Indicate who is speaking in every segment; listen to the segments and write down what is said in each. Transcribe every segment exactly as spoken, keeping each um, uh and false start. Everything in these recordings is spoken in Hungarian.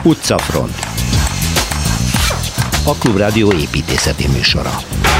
Speaker 1: Utcafront, a Klubrádió építészeti műsora.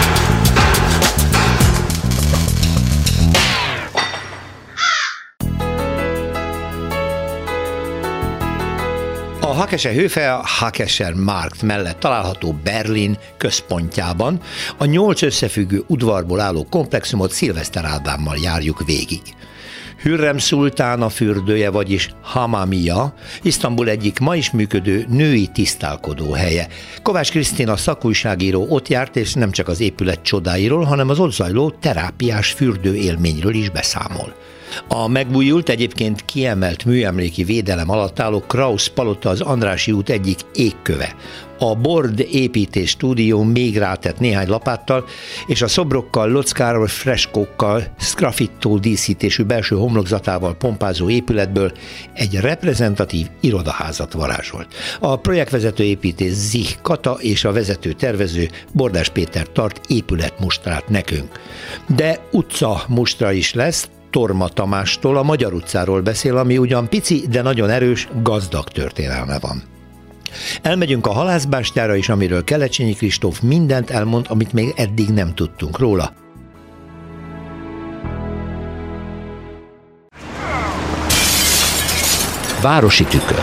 Speaker 1: A Hackescher Höfe a Hackescher Markt mellett található Berlin központjában a nyolc összefüggő udvarból álló komplexumot Szilveszter Ádámmal járjuk végig. Hürrem szultána fürdője, vagyis Hamamia, Isztambul egyik ma is működő női tisztálkodó helye. Kovács Krisztina szakújságíró ott járt, és nem csak az épület csodáiról, hanem az ott zajló terápiás fürdő élményről is beszámol. A megújult, egyébként kiemelt műemléki védelem alatt álló Krausz palota az Andrássy út egyik égköve. A Bord építés stúdió még rátett néhány lapáttal, és a szobrokkal, lockáról, freskókkal, szgrafittó díszítésű belső homlokzatával pompázó épületből egy reprezentatív irodaházat varázsolt. A projektvezető építész Zich Kata és a vezető tervező Bordás Péter tart épületmustrát nekünk. De utca mustra is lesz. Torma Tamástól a Magyar utcáról beszél, ami ugyan pici, de nagyon erős, gazdag történelme van. Elmegyünk a Halászbástyára is, amiről Kelecsényi Kristóf mindent elmond, amit még eddig nem tudtunk róla. Városi tükör.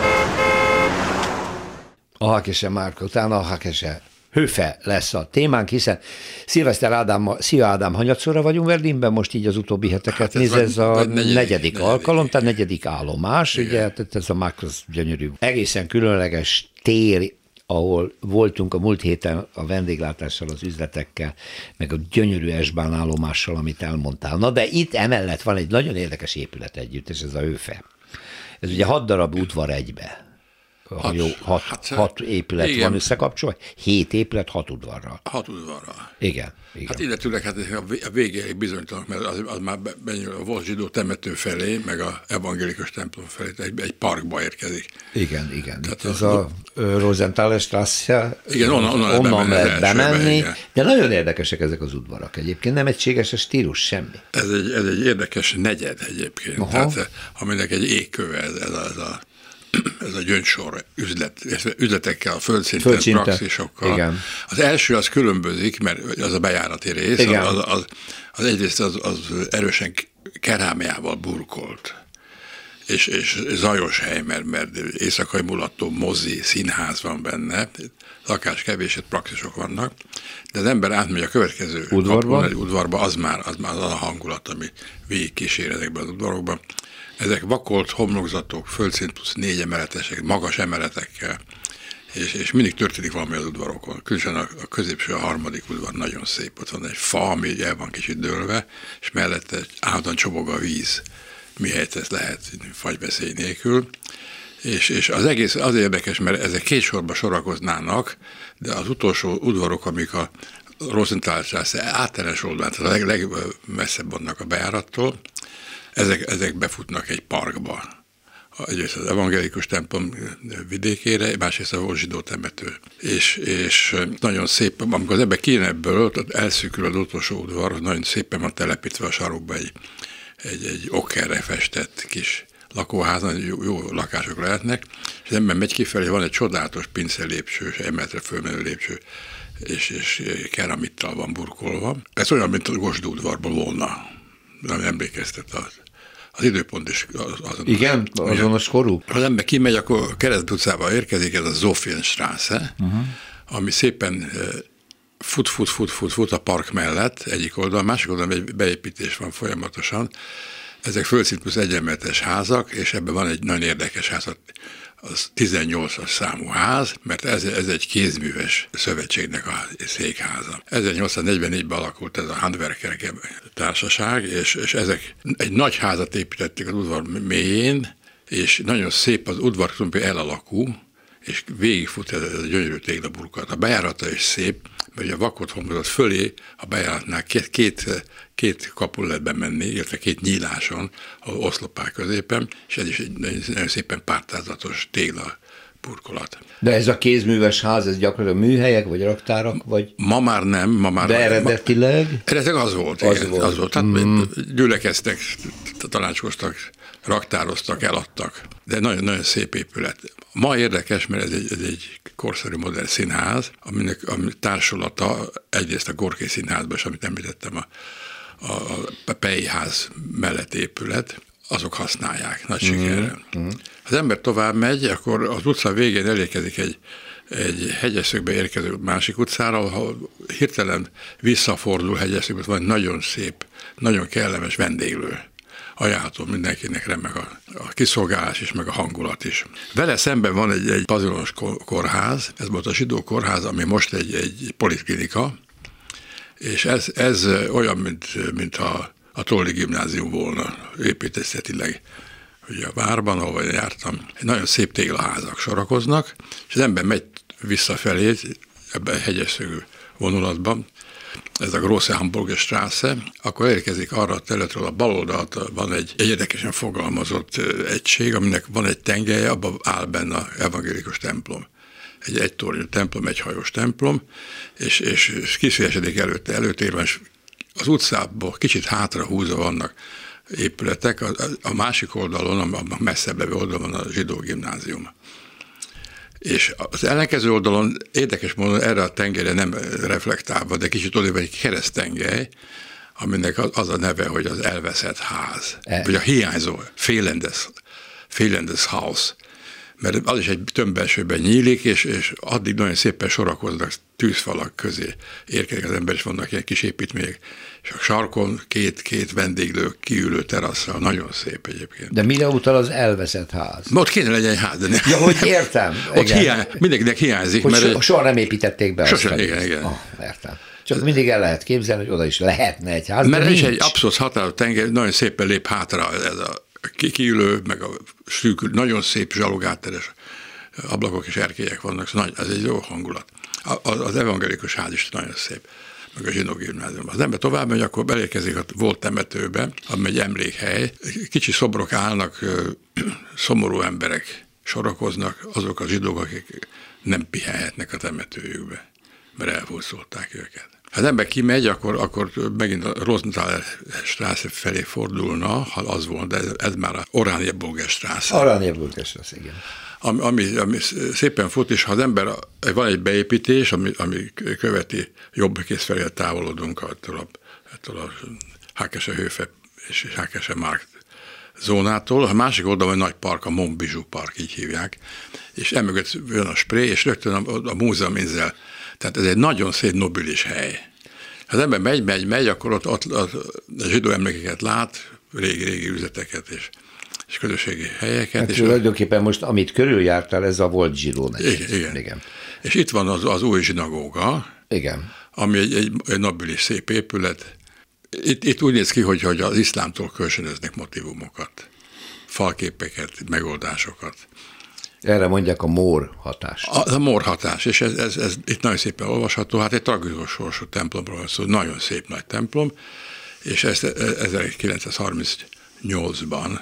Speaker 1: A Hackescher Markt után a Hackescher Höfe lesz a témánk, hiszen Szilveszter Ádámmal, Szia Ádám, hanyatszorra vagyunk Berlinben, most így az utóbbi heteket hát néz, ez a negyedik, negyedik, negyedik alkalom, tehát negyedik állomás, igen. Ugye, tehát ez a Markt az gyönyörű. Egészen különleges tér, ahol voltunk a múlt héten a vendéglátással, az üzletekkel, meg a gyönyörű S-Bahn állomással, amit elmondtál. Na de itt emellett van egy nagyon érdekes épület együtt, és ez a Höfe. Ez ugye hat darab udvar egybe. Hat, jó, hat, hát, hat épület igen. Van összekapcsolva, hét épület, hat udvarral.
Speaker 2: Hat udvarral.
Speaker 1: Igen, igen.
Speaker 2: Hát illetőleg hát a végéig bizonytalanok, mert az, az már benyúl a volt zsidó temető felé, meg a evangélikus templom felé, egy, egy parkba érkezik.
Speaker 1: Igen, igen.
Speaker 2: Tehát
Speaker 1: ez a, a Rosenthaler Strasse,
Speaker 2: igen, onnan, onnan,
Speaker 1: onnan
Speaker 2: lehet
Speaker 1: lehet bemenni, de nagyon érdekesek ezek az udvarak egyébként, nem egységes a stílus, semmi.
Speaker 2: Ez egy, ez egy érdekes negyed egyébként, aha. Tehát aminek egy égköve ez, ez, a, ez a ez a gyöngysor üzlet, üzletekkel, a földszinten, földszinten. Praxisokkal. Igen. Az első az különbözik, mert az a bejárati rész, az, az, az, az egyrészt az, az erősen kerámiával burkolt, és, és zajos hely, mert, mert éjszakai mulattó, mozi, színház van benne, lakás kevés, praxisok vannak, de az ember átmegy a következő udvarba, kapun, udvarba az már az, már az a hangulat, ami végig kísér ezekben az udvarokban. Ezek vakolt homlokzatok, földszint plusz négy emeletesek, magas emeletekkel, és, és mindig történik valami az udvarokon. Különösen a, a középső, a harmadik udvar nagyon szép. Ott van egy fa, ami el van kicsit dőlve, és mellette állandóan csobog a víz, mihelyt ezt lehet fagyveszély nélkül. És, és az egész az érdekes, mert ezek két sorba sorakoznának, de az utolsó udvarok, amik a Rosenthaler Strasse átteres oldalán, tehát a leg, legmesszebb vannak a bejárattól, Ezek, ezek befutnak egy parkba. Egyrészt az evangélikus templom vidékére, másrészt a volt zsidó temető. És, és nagyon szép, amikor az ebbe kijön ebből, elszűkül az utolsó udvar, nagyon szépen van telepítve a sarokba egy, egy, egy okkerre festett kis lakóház, jó, jó lakások lehetnek, és az ember megy kifelé, van egy csodálatos pince lépcső, emeletre fölmenő lépcső, és, és keramittal van burkolva. Ez olyan, mint a Gosdú udvarban volna, nem emlékeztet az. Az időpont is azonos.
Speaker 1: Igen, azonos korú.
Speaker 2: Ha az ember kimegy, akkor Kereszt utcába érkezik, ez a Zofienstrasse, uh-huh. ami szépen fut, fut, fut, fut, fut a park mellett, egyik oldalon, másik oldalon egy beépítés van folyamatosan. Ezek földszint plusz egyenletes házak, és ebben van egy nagyon érdekes ház, az tizennyolcas számú ház, mert ez, ez egy kézműves szövetségnek a székháza. ezernyolcszáznegyvennégyben alakult ez a Handwerker társaság, és, és ezek egy nagy házat építették az udvar mélyén, és nagyon szép az udvar elalakú, és végigfut ez, ez a gyönyörű téglaburkolat. A bejárata is szép, mert a vakott homlokzat fölé a bejáratnál két, két, két kapun lehet bemenni, illetve két nyíláson, a oszlopák középen, és ez is egy nagyon szépen pártázatos tégla burkolat.
Speaker 1: De ez a kézműves ház, ez gyakorlatilag műhelyek, vagy raktárak, vagy...
Speaker 2: Ma már nem, ma már...
Speaker 1: De eredetileg?
Speaker 2: Ma, eredetileg az volt,
Speaker 1: az
Speaker 2: igen,
Speaker 1: volt.
Speaker 2: az volt. Tehát
Speaker 1: mm.
Speaker 2: gyülekeztek, tanácskoztak, raktároztak, eladtak, de nagyon-nagyon szép épület. Ma érdekes, mert ez egy, ez egy korszerű modern színház, aminek a társulata egyrészt a Gorki Színházban, és amit említettem, a, a, a Pejház mellett épület, azok használják nagy sikerrel. Mm. Az ember tovább megy, akkor az utca végén elérkezik egy, egy hegyeszögbe érkező másik utcára, ahol hirtelen visszafordul hegyeszögbe, van egy nagyon szép, nagyon kellemes vendéglő. Ajánlható mindenkinek, remek a, a kiszolgálás is, meg a hangulat is. Vele szemben van egy, egy pazilonos kórház, ez volt a zsidó kórház, ami most egy, egy poliklinika, és ez, ez olyan, mint, mint a, a Toldi gimnázium volna, építészetileg. Ugye a várban, ahol jártam, nagyon szép téglaházak sorakoznak, és az ember megy visszafelé, ebben a hegyeszögű vonulatban, ez a Grosse Hamburger Straße, akkor érkezik arra a területről, a bal oldalt van egy, egy érdekesen fogalmazott egység, aminek van egy tengelye, abban áll benne az evangélikus templom. Egy egytornyú templom, egy hajós templom, és, és kiszélyesedik előtte előtérben, és az utcából kicsit hátra húzva vannak épületek, a, a másik oldalon, a messzebb levő oldalon van a zsidó gimnázium. És az ellenkező oldalon érdekes módon erre a tengelyre nem reflektálva, de kicsit odébb egy keresztengely, aminek az a neve, hogy az elveszett ház, e. vagy a hiányzó, Fehlendes, Fehlendes House, mert az is egy tömbbelsőben nyílik, és, és addig nagyon szépen sorakoznak tűzfalak közé. Érkezik az ember, és vannak ilyen kis építmények, és a sarkon két-két vendéglő kiülő terasszal, nagyon szép egyébként.
Speaker 1: De mire utal az elveszett ház?
Speaker 2: Ott kéne legyen egy ház. De
Speaker 1: ja, hogy értem.
Speaker 2: Ott hiány, mindenkinek hiányzik.
Speaker 1: Hogy
Speaker 2: mert
Speaker 1: so, soha nem építették be.
Speaker 2: Sosem, igen, igen.
Speaker 1: Oh, értem. Csak mindig el lehet képzelni, hogy oda is lehetne egy ház,
Speaker 2: mert
Speaker 1: de
Speaker 2: is
Speaker 1: nincs.
Speaker 2: egy abszolút határozott tenger, nagyon szépen lép hátra ez a kiülő, meg a szűkül, nagyon szép zsalogátteres ablakok és erkélyek vannak, szóval ez egy jó hangulat. Az evangélikus ház is nagyon szép, meg a zsidó gimnáziumban. Az ember tovább megy, akkor belérkezik a volt temetőbe, ami egy emlékhely. Kicsi szobrok állnak, szomorú emberek sorakoznak, azok a zsidók, akik nem pihenhetnek a temetőjükbe, mert elhúzolták őket. Ha az ember kimegy, akkor, akkor megint a Rosenthaler Straße felé fordulna, ha az volt, de ez, ez már a Oranienburger Straße.
Speaker 1: Oranienburger Straße, igen.
Speaker 2: Ami, ami, ami szépen fut, és ha az ember, van egy beépítés, ami, ami követi, jobb kész felé távolodunk attól a, attól a Hákese Höfe és Hákese Markt zónától. A másik oldalon egy nagy park, a Montbijou Park, így hívják, és emögött jön a spré, és rögtön a, a múzeuminzel. Tehát ez egy nagyon szép nobilis hely. Ha az ember megy, megy, megy, akkor ott, ott, ott a zsidó emlékeket lát, régi-régi üzleteket és, és közösségi helyeket.
Speaker 1: Hát
Speaker 2: és
Speaker 1: tulajdonképpen most, amit körüljártál, ez a volt zsidó negyed.
Speaker 2: Igen, igen. igen. És itt van az, az új zsinagóga,
Speaker 1: igen.
Speaker 2: ami egy, egy, egy nobilis szép épület. Itt, itt úgy néz ki, hogy, hogy az iszlámtól kölcsönöznek motivumokat, falképeket, megoldásokat.
Speaker 1: Erre mondják a Mór hatás.
Speaker 2: A, a Mór hatás, és ez, ez, ez itt nagyon szépen olvasható, hát egy tragikus sorsú templomról van szó, nagyon szép nagy templom, és ezt ezerkilencszázharmincnyolcban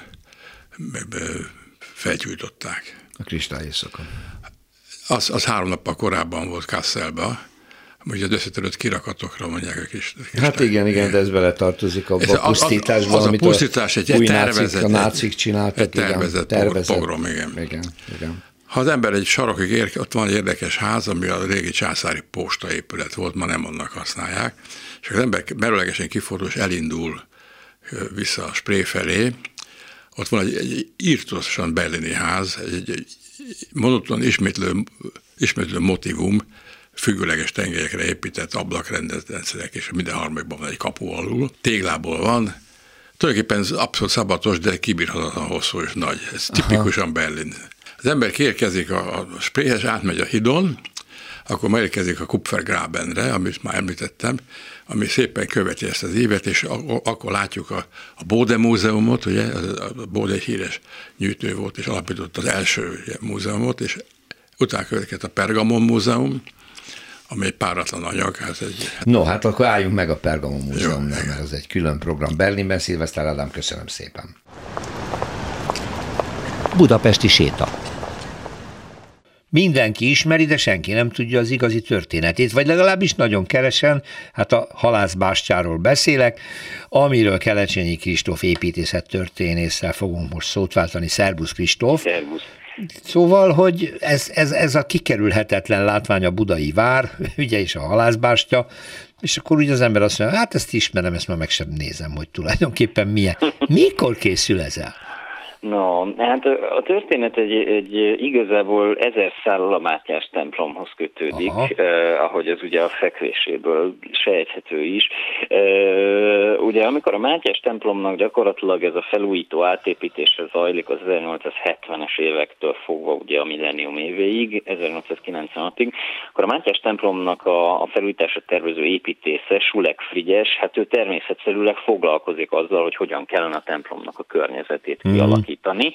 Speaker 2: felgyújtották.
Speaker 1: A kristály éjszaka.
Speaker 2: Az, az három nappal korábban volt Kasselben, ugye az összetörött kirakatokra mondják a kis... kis
Speaker 1: hát igen, igen, de ez bele tartozik abba a pusztításba,
Speaker 2: az, az
Speaker 1: amit
Speaker 2: a pusztítás egy,
Speaker 1: új
Speaker 2: tervezet,
Speaker 1: nácik, a nácik csináltak.
Speaker 2: Egy tervezett, igen, tervezett pogrom, igen.
Speaker 1: igen, igen.
Speaker 2: Ha az ember egy sarokig ér, ott van egy érdekes ház, ami a régi császári postaépület volt, ma nem annak használják, és az ember merőlegesen kifordul, és elindul vissza a Spree felé, ott van egy, egy írtósan berlini ház, egy, egy monoton ismétlő, ismétlő motivum, függőleges tengelyekre épített ablakrendszerek, és minden harmadikban van egy kapu alul. Téglából van, tulajdonképpen ez abszolút szabatos, de kibírhatatlan hosszú és nagy. Ez tipikusan Aha. Berlin. Az ember kiérkezik a, a Spreehez, átmegy a hidon, akkor már érkezik a Kupfergrabenre, amit már említettem, ami szépen követi ezt az évet, és akkor látjuk a, a Bode múzeumot, ugye, a Bode egy híres nyűjtő volt, és alapított az első múzeumot, és utána következett a Pergamon múzeum, ami egy páratlan anyag. Hát egy, hát
Speaker 1: no, hát akkor álljunk meg a Pergamon múzeumnál, mert ez egy külön program Berlinben. Szilveszter Ádám, köszönöm szépen.
Speaker 3: Budapesti séta.
Speaker 1: mindenki ismeri, de senki nem tudja az igazi történetét, vagy legalábbis nagyon kevesen, hát a halászbástyáról beszélek, amiről Kelecsényi Kristóf építészettörténésszel fogunk most szót váltani. Szerbusz Kristóf!
Speaker 3: Szerbusz!
Speaker 1: Szóval, hogy ez, ez, ez a kikerülhetetlen látvány a budai vár, ugye is a halászbástya, és akkor úgy az ember azt mondja, hát ezt ismerem, ezt már meg sem nézem, hogy tulajdonképpen milyen. Mikor készül ez el?
Speaker 3: No, hát a történet egy, egy igazából ezer szállal a Mátyás templomhoz kötődik, eh, ahogy ez ugye a fekvéséből sejthető is. Eh, ugye amikor a Mátyás templomnak gyakorlatilag ez a felújító átépítése zajlik az ezernyolcszázhetvenes évektől fogva ugye a millennium évéig, ezernyolcszázkilencvenhatig, akkor a Mátyás templomnak a, a felújításra tervező építésze, Sulek Frigyes, hát ő természetszerűleg foglalkozik azzal, hogy hogyan kellene a templomnak a környezetét kialakítani.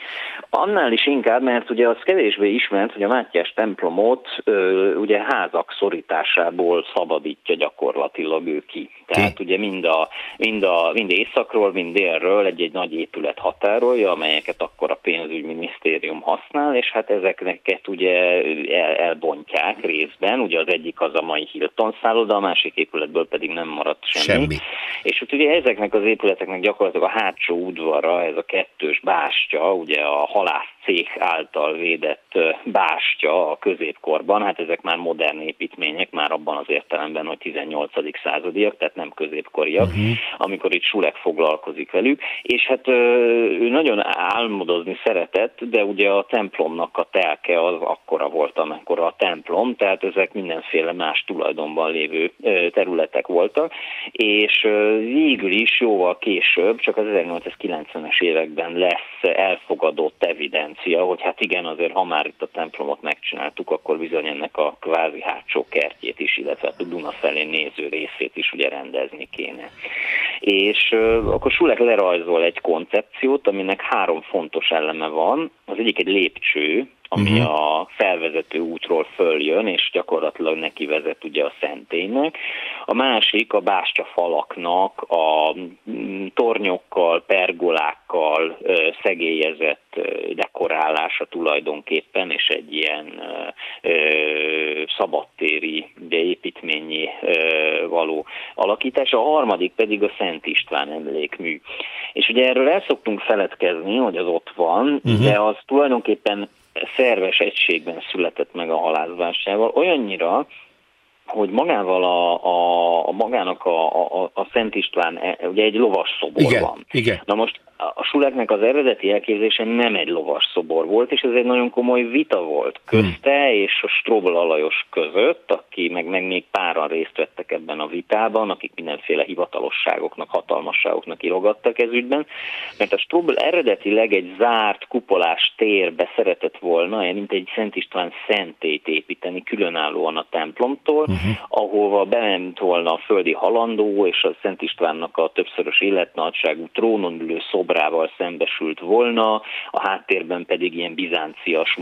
Speaker 3: Annál is inkább, mert ugye az kevésbé ismert, hogy a Mátyás templomot ö, ugye házak szorításából szabadítja gyakorlatilag ő ki. Tehát ki? ugye mind, a, mind, a, mind északról, mind délről egy-egy nagy épület határolja, amelyeket akkor a pénzügyminisztérium használ, és hát ezeket ugye el, elbontják részben, ugye az egyik az a mai Hilton szálloda, a másik épületből pedig nem maradt semmi. semmi. És ugye ezeknek az épületeknek gyakorlatilag a hátsó udvara, ez a kettős bástya, ugye a halászcég által védett bástya a középkorban, hát ezek már modern építmények, már abban az értelemben, hogy tizennyolcadik századiak, tehát nem középkoriak, uh-huh. amikor itt Sulek foglalkozik velük, és hát ő nagyon álmodozni szeretett, de ugye a templomnak a telke az akkora volt, amekkora a templom, tehát ezek mindenféle más tulajdonban lévő területek voltak, és végül is jóval később, csak az ezernyolcszázkilencvenes években lesz elfogadott evidencia, hogy hát igen, azért ha már itt a templomot megcsináltuk, akkor bizony ennek a kvázi hátsó kertjét is, illetve a Duna felé néző részét is ugye rendezni kéne. És uh, akkor Sulek lerajzol egy koncepciót, aminek három fontos eleme van. Az egyik egy lépcső, ami uh-huh. a felvezető útról följön, és gyakorlatilag neki vezet ugye a szentélynek. A másik a bástya falaknak a tornyokkal, pergolákkal szegélyezett dekorálása tulajdonképpen, és egy ilyen ö, szabadtéri építményé ö, való alakítás. A harmadik pedig a Szent István emlékmű. És ugye erről el szoktunk feledkezni, hogy az ott van, uh-huh. de az tulajdonképpen szerves egységben született meg a halászbástyával, olyannyira, hogy magával a, a, a magának a, a, a Szent István, ugye egy lovas szobor
Speaker 1: igen,
Speaker 3: van.
Speaker 1: Igen.
Speaker 3: Na most a Suleknek az eredeti elképzelése nem egy lovas szobor volt, és ez egy nagyon komoly vita volt közte hmm. és a Strobl Alajos között, aki meg, meg még páran részt vettek ebben a vitában, akik mindenféle hivatalosságoknak, hatalmasságoknak írogattak ez ügyben, mert a Strobl eredetileg egy zárt kupolás térbe szeretett volna, mint egy Szent István szentélyt építeni különállóan a templomtól, uh-huh. ahova bement volna a földi halandó, és a Szent Istvánnak a többszörös életnagyságú trónon ülő szobrával szembesült volna, a háttérben pedig ilyen bizáncias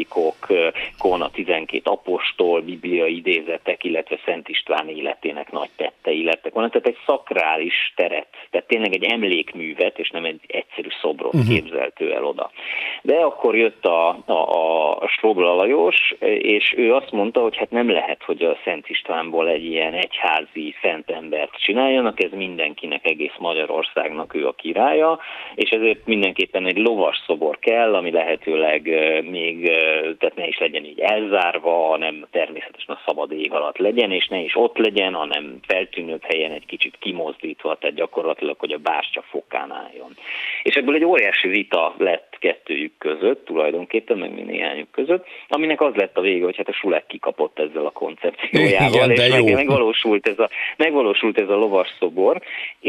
Speaker 3: mozaikokon a tizenkét apostol, biblia idézetek, illetve Szent István életének nagy tettei lettek volna. Tehát egy szakrális teret, tehát tényleg egy emlékművet, és nem egy egyszerű szobrot uh-huh. képzelt ő el oda. De akkor jött a, a, a Strobl Alajos, és ő azt mondta, hogy hát nem lehet, hogy a Szent Istvánból egy ilyen egyházi szentembert csináljanak, ez mindenkinek, egész Magyarországnak ő a királya, és ezért mindenképpen egy lovas szobor kell, ami lehetőleg még, tehát ne is legyen így elzárva, hanem természetesen a szabad ég alatt legyen, és ne is ott legyen, hanem feltűnőbb helyen egy kicsit kimozdítva, tehát gyakorlatilag, hogy a bástya fokán álljon. És ebből egy óriási vita lett kettőjük között, tulajdonképpen, meg mi néhányuk között, aminek az lett a vége, hogy hát a Sulek kikapott ezzel a koncepciójával, és meg, megvalósult, ez a, megvalósult ez a lovas szobor,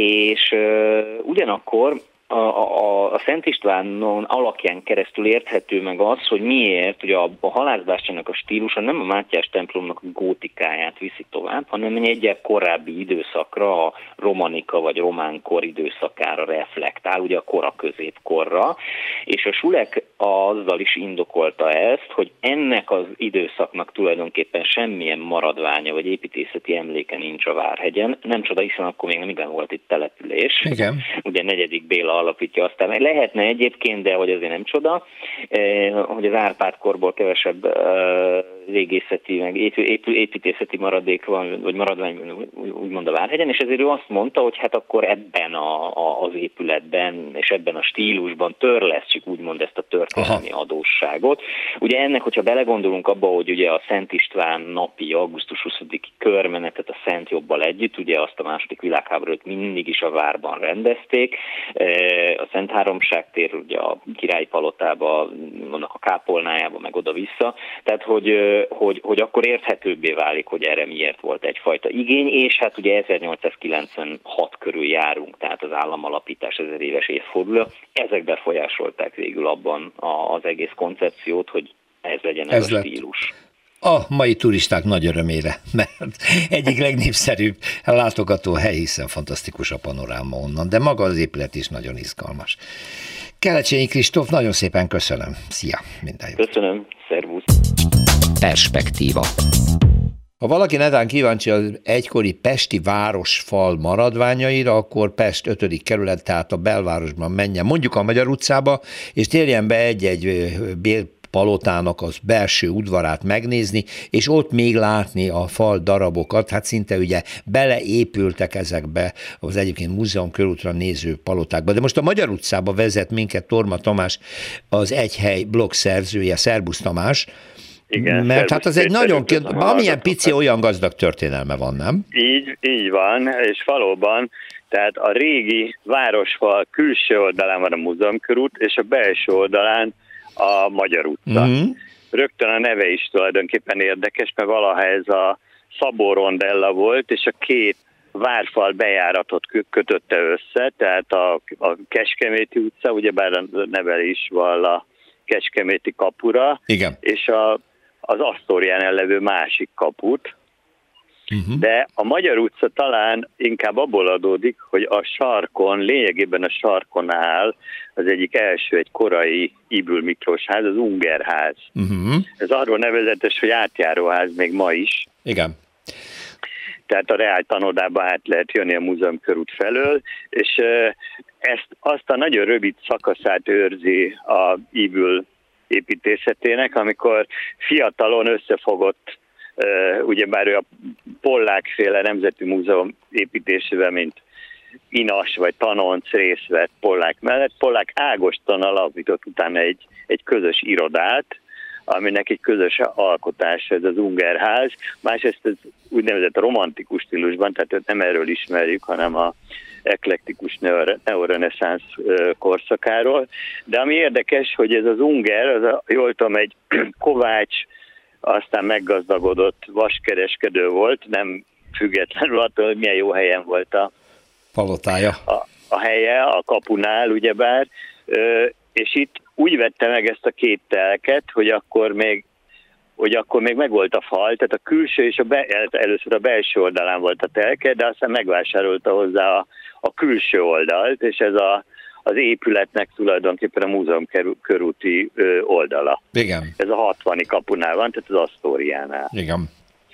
Speaker 3: és uh, ugyanakkor A, a, a Szent Istvánon alakján keresztül érthető meg az, hogy miért ugye a, a halászbástyának a stílusa nem a Mátyás templomnak a gótikáját viszi tovább, hanem egy egyel korábbi időszakra, a romanika vagy román kor időszakára reflektál, ugye a kora középkorra, és a Sulek azzal is indokolta ezt, hogy ennek az időszaknak tulajdonképpen semmilyen maradványa vagy építészeti emléke nincs a Várhegyen. Nem csoda, hiszen akkor még nem igen volt itt település.
Speaker 1: Igen.
Speaker 3: Ugye negyedik Béla alapítja aztán. Lehetne egyébként, de hogy azért nem csoda, hogy az Árpád-korból kevesebb régészeti, meg építészeti maradék van, vagy maradvány úgymond a Várhegyen, és ezért ő azt mondta, hogy hát akkor ebben a, a, az épületben és ebben a stílusban törlesztjük úgymond ezt a történelmi Aha. adósságot. Ugye ennek, hogyha belegondolunk abba, hogy ugye a Szent István napi augusztus huszadiki körmenetet a Szent Jobbal együtt, ugye azt a második világháborút mindig is a várban rendezték, a Szent Háromság tér, ugye a Királyi Palotában, vannak a kápolnájában, meg oda-vissza, tehát hogy, hogy, hogy akkor érthetőbbé válik, hogy erre miért volt egyfajta igény, és hát ugye ezernyolcszázkilencvenhat körül járunk, tehát az államalapítás ezer éves évforduló, ezek befolyásolták végül abban az egész koncepciót, hogy ez legyen ez, ez a stílus.
Speaker 1: A mai turisták nagy örömére, mert egyik legnépszerűbb látogató hely, hiszen fantasztikus a panoráma onnan, de maga az épület is nagyon izgalmas. Kelecsényi Kristóf, nagyon szépen köszönöm. Szia, minden jót.
Speaker 3: Köszönöm, szervusz.
Speaker 4: Perspektíva.
Speaker 1: Ha valaki netán kíváncsi az egykori pesti városfal maradványaira, akkor Pest ötödik kerület, tehát a belvárosban menjen, mondjuk a Magyar utcába, és térjen be egy-egy bélpalotának az belső udvarát megnézni, és ott még látni a fal darabokat, hát szinte ugye beleépültek ezekbe az egyébként múzeum körútra néző palotákba. De most a Magyar utcába vezet minket Torma Tamás, az Egy Hely blog szerzője. Szerbusz Tamás.
Speaker 5: Igen,
Speaker 1: mert hát az egy nagyon, amilyen pici, olyan gazdag történelme van, nem?
Speaker 5: Így, így van, és valóban, tehát a régi városfal külső oldalán van a múzeumkörút, és a belső oldalán a Magyar utca. Mm-hmm. Rögtön a neve is tulajdonképpen érdekes, mert valaha ez a Szabó rondella volt, és a két várfal bejáratot kötötte össze, tehát a, a Kecskeméti utca, ugyebár a neve is van a Kecskeméti kapura,
Speaker 1: igen.
Speaker 5: És a az Asztórián levő másik kaput, uh-huh. De a Magyar utca talán inkább abból adódik, hogy a sarkon, lényegében a sarkon áll az egyik első, egy korai Ybl Miklós ház, az Ungerház. Uh-huh. Ez arról nevezetes, hogy átjáróház még ma is.
Speaker 1: Igen.
Speaker 5: Tehát a Reál tanodába át lehet jönni a múzeumkörút felől, és ezt, azt a nagyon rövid szakaszát őrzi a Ybl építészetének, amikor fiatalon összefogott, uh, ugyebár ő a Pollák-féle Nemzeti Múzeum építésével, mint Inas vagy Tanonc részt vett Pollák mellett. Pollák Ágoston alapított utána egy, egy közös irodát, aminek egy közös alkotás, ez az Ungerház. Másrészt ez úgynevezett romantikus stílusban, tehát nem erről ismerjük, hanem a eklektikus neoreneszánsz korszakáról. De ami érdekes, hogy ez az Unger, az a, jól tudom, egy kovács, aztán meggazdagodott vaskereskedő volt, nem függetlenül attól, hogy milyen jó helyen volt a
Speaker 1: palotája.
Speaker 5: A, a helye, a kapunál, ugyebár, és itt úgy vette meg ezt a két telket, hogy akkor még hogy akkor még megvolt a fal, tehát a külső és a be, először a belső oldalán volt a telke, de aztán megvásárolta hozzá a, a külső oldalt, és ez a, az épületnek tulajdonképpen a múzeum körúti oldala.
Speaker 1: Igen.
Speaker 5: Ez a hatvani kapunál van, tehát az Asztóriánál.
Speaker 1: Igen.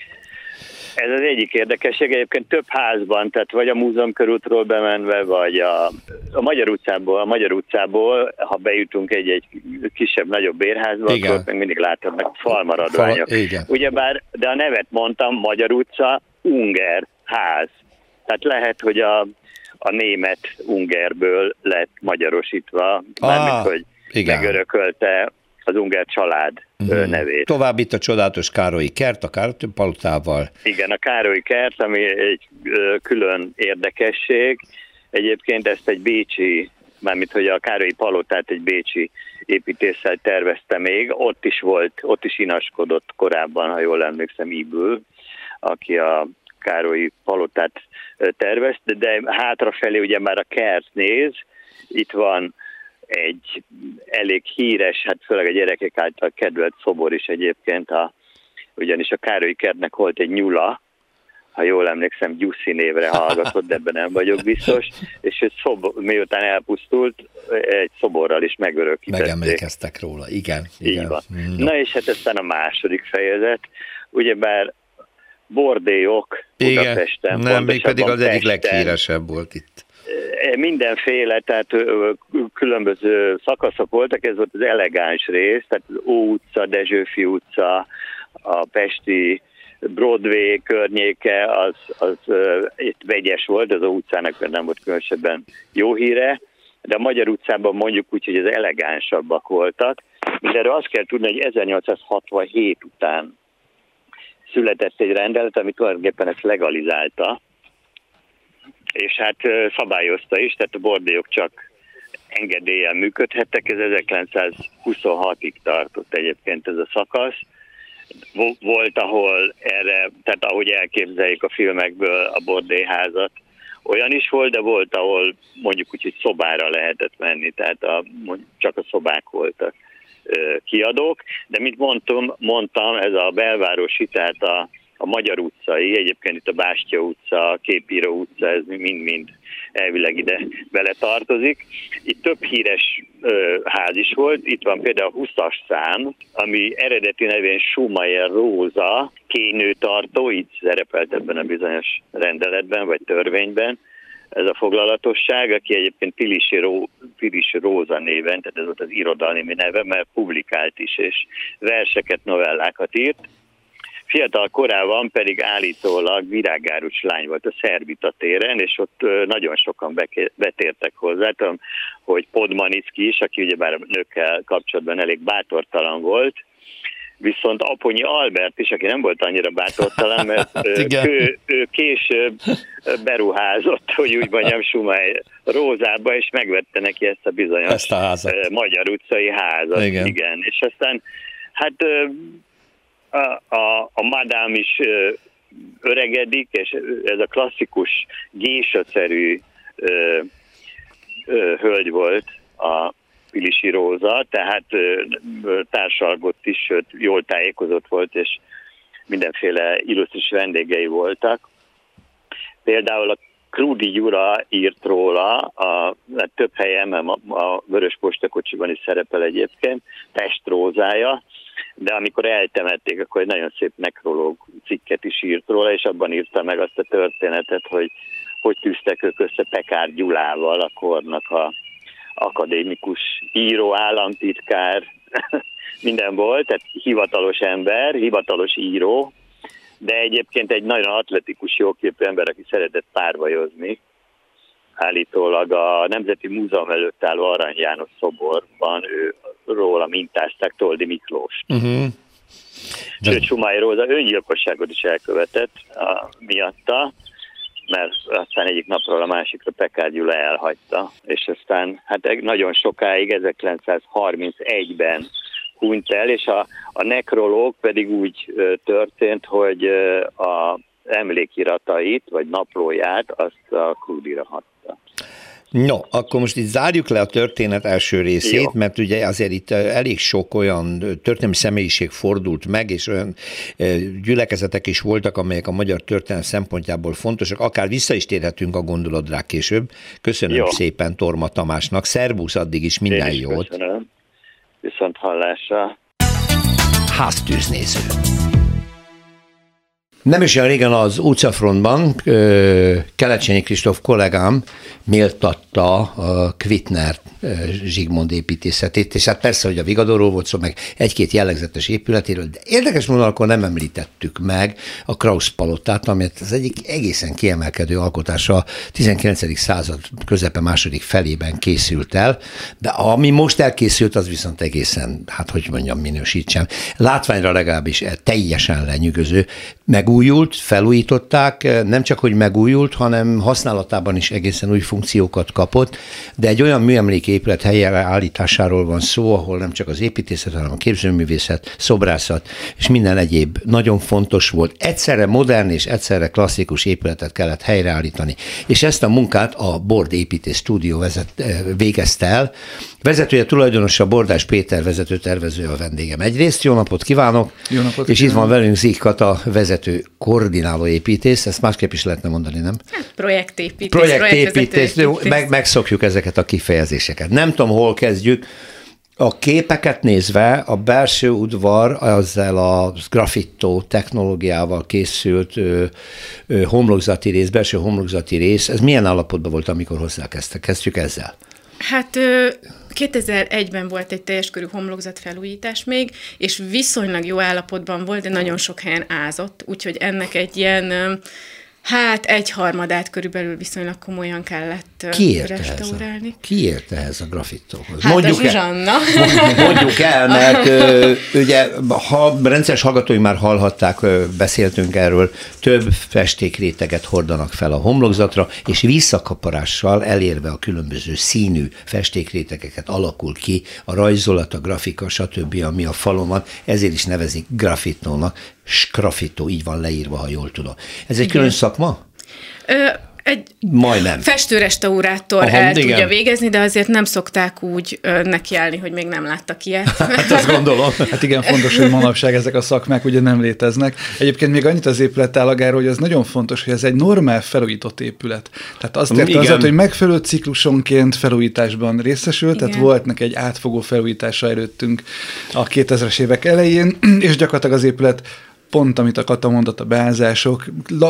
Speaker 5: Ez az egyik érdekesség, egyébként több házban, tehát vagy a múzeum körútról bemenve, vagy a, a Magyar utcából, a Magyar utcából, ha bejutunk egy-egy kisebb-nagyobb bérházba, igen. Akkor meg mindig láthatnak falmaradványok.
Speaker 1: Fal,
Speaker 5: ugyebár, de a nevet mondtam, Magyar utca, Unger ház. Tehát lehet, hogy a, a német Ungerből lett magyarosítva, mármint, ah, hogy igen. Megörökölte az Unger család uh-huh. nevét.
Speaker 1: Tovább itt a csodálatos Károlyi kert, a Károlyi palotával.
Speaker 5: Igen, a Károlyi kert, ami egy ö, külön érdekesség. Egyébként ezt egy bécsi, mármint hogy a Károlyi palotát egy bécsi építéssel tervezte még. Ott is volt, ott is inaskodott korábban, ha jól emlékszem, Ybl, aki a Károlyi palotát tervezte, de hátrafelé ugye már a kert néz, itt van egy elég híres, hát főleg a gyerekek által kedvelt szobor is egyébként, a, ugyanis a Károlyi kertnek volt egy nyula, ha jól emlékszem, Gyuszi névre hallgatott, de ebben nem vagyok biztos, és egy szobor, miután elpusztult, egy szoborral is megörökítették.
Speaker 1: Megemlékeztek róla, igen. igen.
Speaker 5: Így van. No. Na és hát aztán a második fejezet, ugyebár bordélyok Budapesten.
Speaker 1: Nem, még pedig az egyik leghíresebb volt itt.
Speaker 5: Mindenféle, tehát különböző szakaszok voltak, ez volt az elegáns rész, tehát az Ó utca, Dezsőfi utca, a pesti Broadway környéke, az, az uh, itt vegyes volt, az Ó utcának nem volt különösebben jó híre, de a Magyar utcában mondjuk úgy, hogy az elegánsabbak voltak. Mindenről azt kell tudni, hogy ezernyolcszázhatvanhét után született egy rendelet, ami tulajdonképpen ezt legalizálta, és hát szabályozta is, tehát a bordélyok csak engedéllyel működhettek, ez ezerkilencszázhuszonhatig tartott egyébként ez a szakasz. Volt, ahol erre, tehát ahogy elképzeljük a filmekből a bordélyházat, olyan is volt, de volt, ahol mondjuk úgy, hogy szobára lehetett menni, tehát a, csak a szobák voltak kiadók, de mint mondtam, mondtam ez a belvárosi, tehát a, a Magyar utcai, egyébként itt a Bástya utca, a Képíró utca, ez mind-mind elvileg ide bele tartozik. Itt több híres ö, ház is volt, itt van például a huszas szám, ami eredeti nevén Schumacher Róza, kénőtartó, így szerepelt ebben a bizonyos rendeletben, vagy törvényben, ez a foglalatosság, aki egyébként Pilisi, Ró, Pilisi Róza néven, tehát ez volt az irodalmi neve, mert publikált is, és verseket, novellákat írt. Fiatal korában pedig állítólag virágárus lány volt a Szerbita téren, és ott nagyon sokan betértek hozzá. Tudom, hogy Podmanicki is, aki ugyebár a nőkkel kapcsolatban elég bátortalan volt, viszont Aponyi Albert is, aki nem volt annyira bátortalan, mert hát ő, ő később beruházott, hogy úgy mondjam, Schumacher Rózába, és megvette neki ezt a bizonyos ezt a Magyar utcai házat. Igen. Igen. És aztán hát a, a, a madám is öregedik, és ez a klasszikus gésaszerű hölgy volt a Pilisi Róza, tehát társalgott is, sőt, jól tájékozott volt, és mindenféle illusztris vendégei voltak. Például a Krúdi Gyura írt róla, a, a több helyen, a, a Vörös Postakocsiban is szerepel egyébként, Pest Rózája, de amikor eltemették, akkor egy nagyon szép nekrológ cikket is írt róla, és abban írta meg azt a történetet, hogy hogy tűztek ők össze Pekár Gyulával, a kornak a akadémikus író, államtitkár, minden volt, tehát hivatalos ember, hivatalos író, de egyébként egy nagyon atletikus, jóképű ember, aki szeretett párbajozni. Állítólag a Nemzeti Múzeum előtt álló Arany János szoborban ő róla mintázták Toldi Miklóst. Uh-huh. Sőt, Schumacher Róza öngyilkosságot is elkövetett a, miatta, mert aztán egyik napról a másikra Pekár Gyula elhagyta, és aztán hát nagyon sokáig, ezerkilencszázharmincegyben hunyt el, és a, a nekrológ pedig úgy történt, hogy a emlékiratait, vagy naplóját azt a Krúdira hagyta.
Speaker 1: No, akkor most itt zárjuk le a történet első részét, jó, mert ugye azért itt elég sok olyan történelmi személyiség fordult meg, és olyan gyülekezetek is voltak, amelyek a magyar történelem szempontjából fontosak, akár vissza is térhetünk a gondolodra később. Köszönöm jó. szépen Torma Tamásnak, szervusz, addig is minden is jót.
Speaker 5: Köszönöm, viszont hallásra.
Speaker 1: Háztűznéző. Nem is olyan régen az utcafrontban Kelecsényi Kristóf kollégám méltatta a Kvitner Zsigmond építészetét, és hát persze, hogy a Vigadóról volt szó, meg egy-két jellegzetes épületéről, de érdekes módon akkor nem említettük meg a Krausz palotát, amit az egyik egészen kiemelkedő alkotása a tizenkilencedik század közepe második felében készült el, de ami most elkészült, az viszont egészen, hát hogy mondjam, minősítsem, látványra legalábbis teljesen lenyűgöző, megújult, felújították, nem csak, hogy megújult, hanem használatában is egészen új funkciókat kapott, de egy olyan műemléképület helyre állításáról van szó, ahol nem csak az építészet, hanem a képzőművészet, szobrászat és minden egyéb nagyon fontos volt. Egyszerre modern és egyszerre klasszikus épületet kellett helyreállítani. És ezt a munkát a Bord Építész Stúdió vezet, végezte el. Vezetője, tulajdonosa Bordás Péter, vezető tervező a vendégem. Egyrészt jó napot kívánok,
Speaker 6: jó napot
Speaker 1: és
Speaker 6: kívánok.
Speaker 1: Itt van velünk Zik Kata, vezető projektvezető, koordináló építész, ezt másképp is lehetne mondani, nem?
Speaker 6: Hát projektépítész.
Speaker 1: Projektépítész, projektvezető, meg, megszokjuk ezeket a kifejezéseket. Nem tudom, hol kezdjük. A képeket nézve a belső udvar ezzel a grafittó technológiával készült ö, ö, homlokzati rész, belső homlokzati rész, ez milyen állapotban volt, amikor hozzákezdtek? Kezdjük ezzel.
Speaker 6: Hát kétezer-egyben volt egy teljes körű homlokzat felújítás még, és viszonylag jó állapotban volt, de nagyon sok helyen ázott, úgyhogy ennek egy ilyen, hát egyharmadát körülbelül viszonylag komolyan kellett
Speaker 1: Ki
Speaker 6: restaurálni.
Speaker 1: Ki ért ehhez a grafittóhoz?
Speaker 6: Hát
Speaker 1: mondjuk
Speaker 6: a Zsuzsanna.
Speaker 1: El, mondjuk el, mert ö, ugye ha rendszeres hallgatói már hallhatták, ö, beszéltünk erről, több festékréteget hordanak fel a homlokzatra, és visszakaparással elérve a különböző színű festékrétegeket alakul ki a rajzolat, a grafika, stb., ami a falon van, ezért is nevezik grafittónak, sgraffitó, így van leírva, ha jól tudom. Ez egy igen. külön szakma?
Speaker 6: Ö, egy
Speaker 1: Majdnem.
Speaker 6: festőrestaurátor Aha, el igen. tudja végezni, de azért nem szokták úgy ö, nekiállni, hogy még nem láttak ilyet.
Speaker 1: Hát azt gondolom.
Speaker 7: Hát igen, fontos, hogy manapság ezek a szakmák ugye nem léteznek. Egyébként még annyit az épületállagáról, hogy az nagyon fontos, hogy ez egy normál felújított épület. Tehát azt érte az, hogy megfelelő ciklusonként felújításban részesült, igen. tehát volt neki egy átfogó felújítása előttünk a kétezres évek elején, és gyakorlatilag az épület pont, amit a Kata mondott, a beázások,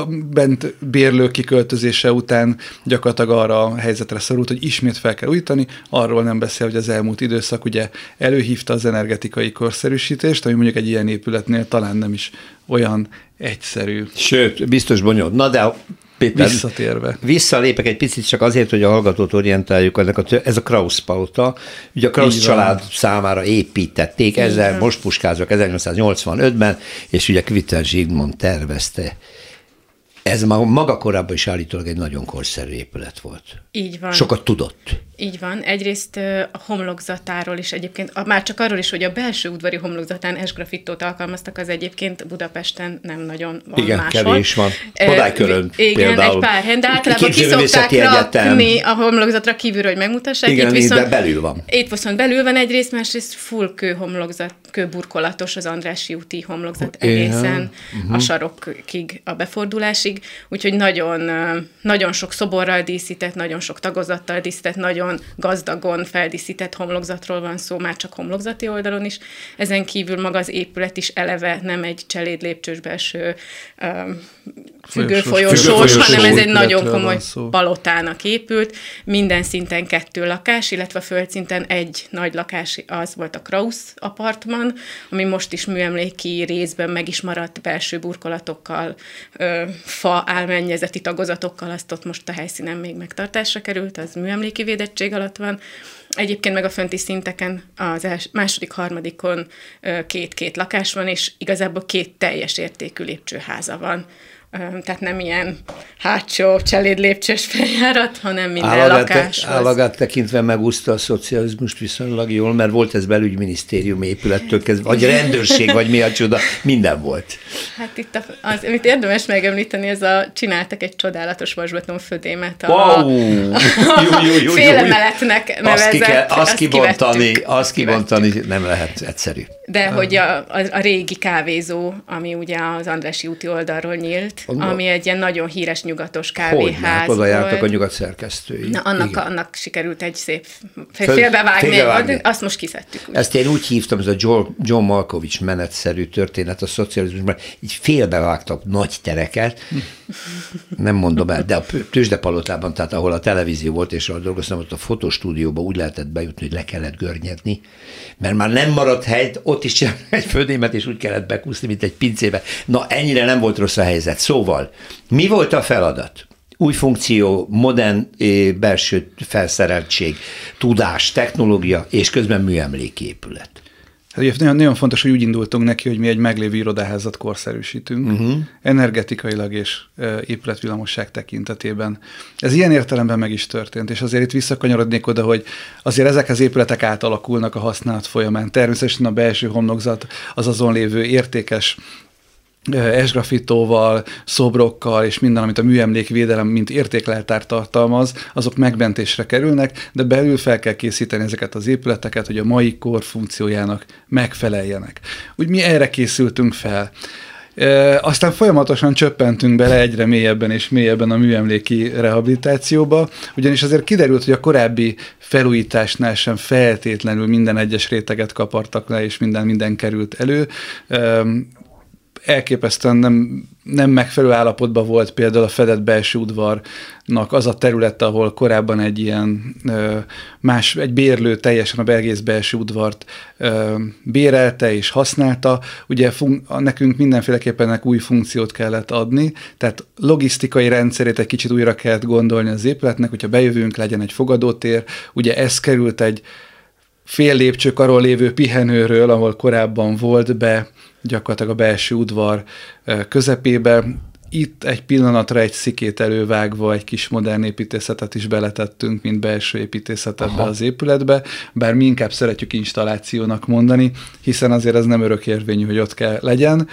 Speaker 7: bent bérlők kiköltözése után gyakorlatilag arra a helyzetre szorult, hogy ismét fel kell újítani, arról nem beszél, hogy az elmúlt időszak ugye előhívta az energetikai korszerűsítést, ami mondjuk egy ilyen épületnél talán nem is olyan egyszerű.
Speaker 1: Sőt, biztos bonyolult. Na de Péter,
Speaker 7: visszatérve.
Speaker 1: Visszalépek egy picit csak azért, hogy a hallgatót orientáljuk, ennek a, ez a Krausz palota, ugye a Krausz család számára építették, ezzel most puskázok ezernyolcszáznyolcvanötben, és ugye Kvitter Zsigmond tervezte. Ez maga korábban is állítólag egy nagyon korszerű épület volt.
Speaker 6: Így van.
Speaker 1: Sokat tudott.
Speaker 6: Így van. Egyrészt a homlokzatáról is egyébként, már csak arról is, hogy a belső udvari homlokzatán esgrafittót alkalmaztak, az egyébként Budapesten nem nagyon van
Speaker 1: igen,
Speaker 6: máshol.
Speaker 1: Igen, kevés van. Kodály-Körön
Speaker 6: igen,
Speaker 1: például.
Speaker 6: egy pár helyen, de általában ki szokták rakni a homlokzatra kívülről, hogy megmutassák.
Speaker 1: Igen,
Speaker 6: itt viszont,
Speaker 1: de belül van.
Speaker 6: Itt viszont belül van egyrészt, másrészt full kő homlokzat, kőburkolatos az Andrássy úti homlokzat egészen uh-huh. a sarokkig, a befordulásig, úgyhogy nagyon, nagyon sok szoborral díszített, nagyon sok tagozattal díszített, nagyon gazdagon feldíszített homlokzatról van szó, már csak homlokzati oldalon is. Ezen kívül maga az épület is eleve nem egy cseléd lépcsős belső um, függőfolyosós, hanem ez egy nagyon komoly palotának épült. Minden szinten kettő lakás, illetve a földszinten egy nagy lakás, az volt a Krausz apartman, ami most is műemléki részben meg is maradt belső burkolatokkal, ö, fa álmennyezeti tagozatokkal, azt ott most a helyszínen még megtartásra került, az műemléki védettség alatt van. Egyébként meg a fönti szinteken az els, második, harmadikon két-két lakás van, és igazából két teljes értékű lépcsőháza van. Tehát nem ilyen hátsó cseléd lépcsős feljárat, hanem minden állagát lakáshoz.
Speaker 1: Te, állagát tekintve megúszta a szocializmust viszonylag jól, mert volt ez belügyminisztérium épülettől kezdve, vagy rendőrség, vagy mi a csoda, minden volt.
Speaker 6: Hát itt a, az, amit érdemes megemlíteni, ez a csináltak egy csodálatos vasbeton födémet a,
Speaker 1: wow.
Speaker 6: a, a jó, jó, jó, félemeletnek nevezett. Azt, ki kell,
Speaker 1: azt, azt kibontani, azt kibontani nem lehet egyszerű.
Speaker 6: De hogy a, a, a régi kávézó, ami ugye az Andrássy úti oldalról nyílt, Onda. ami egy ilyen nagyon híres nyugatos kávéház
Speaker 1: volt. Oda jártak a nyugat szerkesztői.
Speaker 6: Na, annak, annak sikerült egy szép félbevágni, félbevágni. Azt most kiszedtük. Úgy.
Speaker 1: Ezt én úgy hívtam, ez a John Malkovich menetszerű történet a szocializmusban, így félbevágtak nagy tereket, nem mondom el, de a Tőzsdepalotában, tehát ahol a televízió volt, és ahol dolgoztam, ott a fotostúdióba úgy lehetett bejutni, hogy le kellett görnyedni, mert már nem maradt hely, ott is csinálni egy földémet, és úgy kellett bekúszni, mint egy pincébe. Na, ennyire nem volt rossz a helyzet. Szóval, mi volt a feladat? Új funkció, modern belső felszereltség, tudás, technológia, és közben műemléki épület.
Speaker 7: Hát nagyon, nagyon fontos, hogy úgy indultunk neki, hogy mi egy meglévő irodaházat korszerűsítünk, uh-huh. energetikailag és e, épületvillamosság tekintetében. Ez ilyen értelemben meg is történt, és azért itt visszakanyarodnék oda, hogy azért ezek az épületek átalakulnak a használat folyamán. Természetesen a belső homlokzat az azon lévő értékes esgrafittóval, szobrokkal és minden, amit a műemlékvédelem mint értékleltár tartalmaz, azok megmentésre kerülnek, de belül fel kell készíteni ezeket az épületeket, hogy a mai kor funkciójának megfeleljenek. Úgy mi erre készültünk fel. E, aztán folyamatosan csöppentünk bele egyre mélyebben és mélyebben a műemléki rehabilitációba, ugyanis azért kiderült, hogy a korábbi felújításnál sem feltétlenül minden egyes réteget kapartak le, és minden minden került elő. E, elképesztően nem, nem megfelelő állapotban volt például a fedett belső udvarnak az a terület, ahol korábban egy ilyen más, egy bérlő teljesen a egész belső udvart bérelte és használta. Ugye fun- nekünk mindenféleképpen ennek új funkciót kellett adni, tehát logisztikai rendszerét egy kicsit újra kellett gondolni az épületnek, hogyha bejövünk, legyen egy fogadótér, ugye ez került egy fél lépcsőkaron lévő pihenőről, ahol korábban volt, be gyakorlatilag a belső udvar közepébe. Itt egy pillanatra egy szikét elővágva egy kis modern építészetet is beletettünk, mint belső építészet ebbe az épületbe, bár mi inkább szeretjük installációnak mondani, hiszen azért ez nem örökérvényű, hogy ott kell legyen.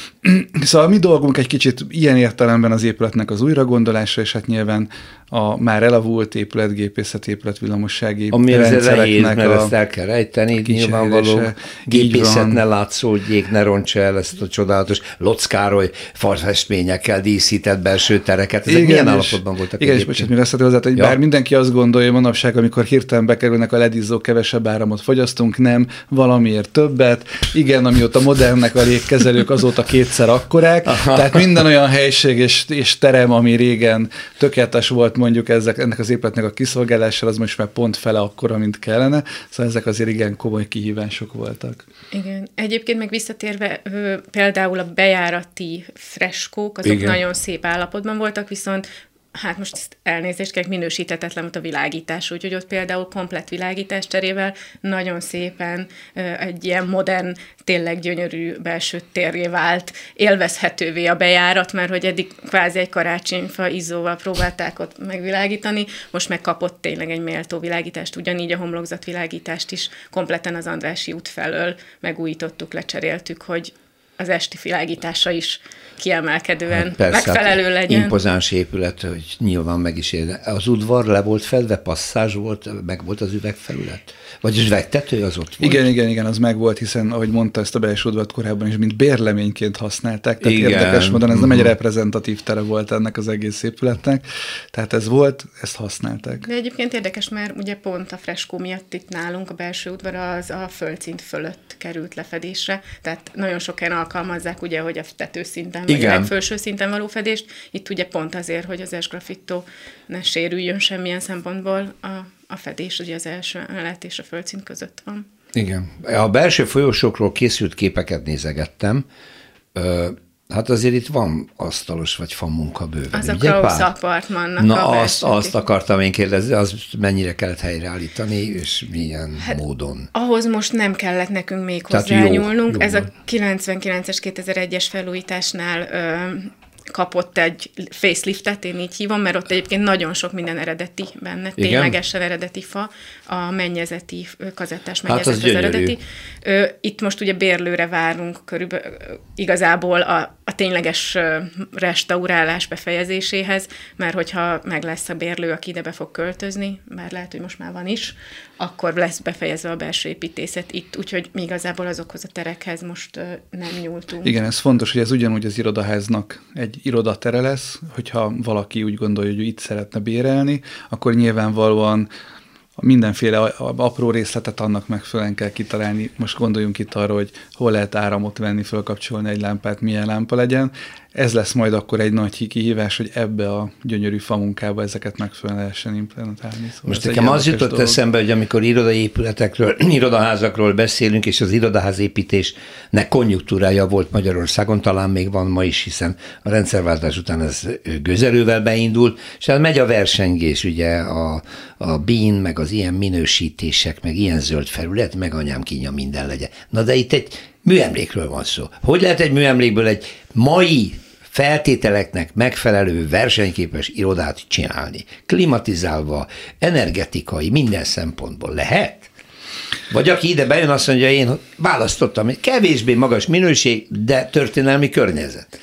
Speaker 7: Szóval mi dolgunk egy kicsit ilyen értelemben az épületnek az újragondolása, és hát nyilván a már elavult épületgépészet, épületvillamossági
Speaker 1: ami
Speaker 7: rendszereknek
Speaker 1: mert a ezt el kell rejteni, nyilvánvaló gépészet ne látszódjék, ne rontsa el ezt a csodálatos Lotz Károly falfestményekkel díszített belső tereket. Ezek igen, milyen állapotban voltak?
Speaker 7: Igen, és bocsánat, még azt hozzá, hogy ja. bár mindenki azt gondolja manapság, amikor hirtelen bekerülnek a ledízzók, kevesebb áramot fogyasztunk, nem, valamiért többet. Igen, amióta modernnek a légkezelők, azóta kétszer akkorák. Aha. Tehát minden olyan helység és, és terem, ami régen tökéletes volt, mondjuk ezek, ennek az épületnek a kiszolgálással, az most már pont fele akkora, mint kellene. Szóval ezek azért igen komoly kihívások voltak.
Speaker 6: Igen. Egyébként meg visszatérve, például a bejárati freskók, azok igen. nagyon szép állapotban voltak, viszont hát most ezt elnézést kell, minősíthetetlen volt a világítás, úgyhogy ott például komplett világítás cserével nagyon szépen egy ilyen modern, tényleg gyönyörű belső térré vált, élvezhetővé a bejárat, mert hogy eddig kvázi egy karácsonyfa izzóval próbálták ott megvilágítani, most meg kapott tényleg egy méltó világítást, ugyanígy a homlokzatvilágítást is kompletten az Andrássy út felől megújítottuk, lecseréltük, hogy az esti világítása is kiemelkedően hát persze, megfelelő hát legyen.
Speaker 1: Impozáns épület, hogy nyilván meg is érde. Az udvar le volt fedve, passzázs volt, meg volt az üvegfelület? Vagy az üvegtető az ott volt?
Speaker 7: Igen, igen, igen, az meg volt, hiszen ahogy mondta, ezt a belső udvart korábban is, mint bérleményként használták, tehát igen. érdekes módon ez nem egy reprezentatív tere volt ennek az egész épületnek, tehát ez volt, ezt használták.
Speaker 6: De egyébként érdekes, mert ugye pont a freskó miatt itt nálunk a belső udvar az a földszint fölött került lefedésre, tehát nagyon sok helyen alkalmazzák ugye, hogy a tetőszinten vagy a felső szinten való fedést, itt ugye pont azért, hogy az esgraffitó ne sérüljön semmilyen szempontból a, a fedés, ugye az első emelet és a földszint között van.
Speaker 1: Igen. A belső folyosókról készült képeket nézegettem, Ö, hát azért itt van asztalos vagy famunka bőven.
Speaker 6: Az a Krausz Apartmannak
Speaker 1: Na
Speaker 6: a
Speaker 1: azt, azt akartam én kérdezni, az mennyire kellett helyreállítani, és milyen hát, módon?
Speaker 6: Ahhoz most nem kellett nekünk még hozzányúlnunk. Ez a kilencvenkilences kétezer-egyes felújításnál ö, kapott egy faceliftet, én így hívom, mert ott egyébként nagyon sok minden eredeti benne, igen? Ténylegesen eredeti fa, a mennyezeti, kazettás mennyezet hát az, az eredeti. Itt most ugye bérlőre várunk körülbelül igazából a, a tényleges restaurálás befejezéséhez, mert hogyha meg lesz a bérlő, aki ide be fog költözni, bár lehet, hogy most már van is, akkor lesz befejezve a belső építészet itt, úgyhogy mi igazából azokhoz a terekhez most nem nyúltunk.
Speaker 7: Igen, ez fontos, hogy ez ugyanúgy az irodaháznak egy irodatere lesz, hogyha valaki úgy gondolja, hogy ő itt szeretne bérelni, akkor nyilvánvalóan mindenféle apró részletet annak megfelelően kell kitalálni. Most gondoljunk itt arra, hogy hol lehet áramot venni, fölkapcsolni egy lámpát, milyen lámpa legyen. Ez lesz majd akkor egy nagy kihívás, hogy ebbe a gyönyörű famunkába ezeket megfelelően lehessen implementálni. Szóval
Speaker 1: most nekem az jutott dolog. eszembe, hogy amikor irodai épületekről, irodaházakról beszélünk, és az irodaházépítésnek konjunktúrája volt Magyarországon, talán még van ma is, hiszen a rendszerváltás után ez gőzerővel beindul, és hát megy a versengés, ugye a, a BIN, meg az ilyen minősítések, meg ilyen zöld felület, meg anyám kínja minden legyen. Na de itt egy műemlékről van szó. Hogy lehet egy műemlékből egy mai feltételeknek megfelelő versenyképes irodát csinálni? Klimatizálva, energetikai, minden szempontból lehet? Vagy aki ide bejön, azt mondja, én választottam egy kevésbé magas minőség, de történelmi környezet.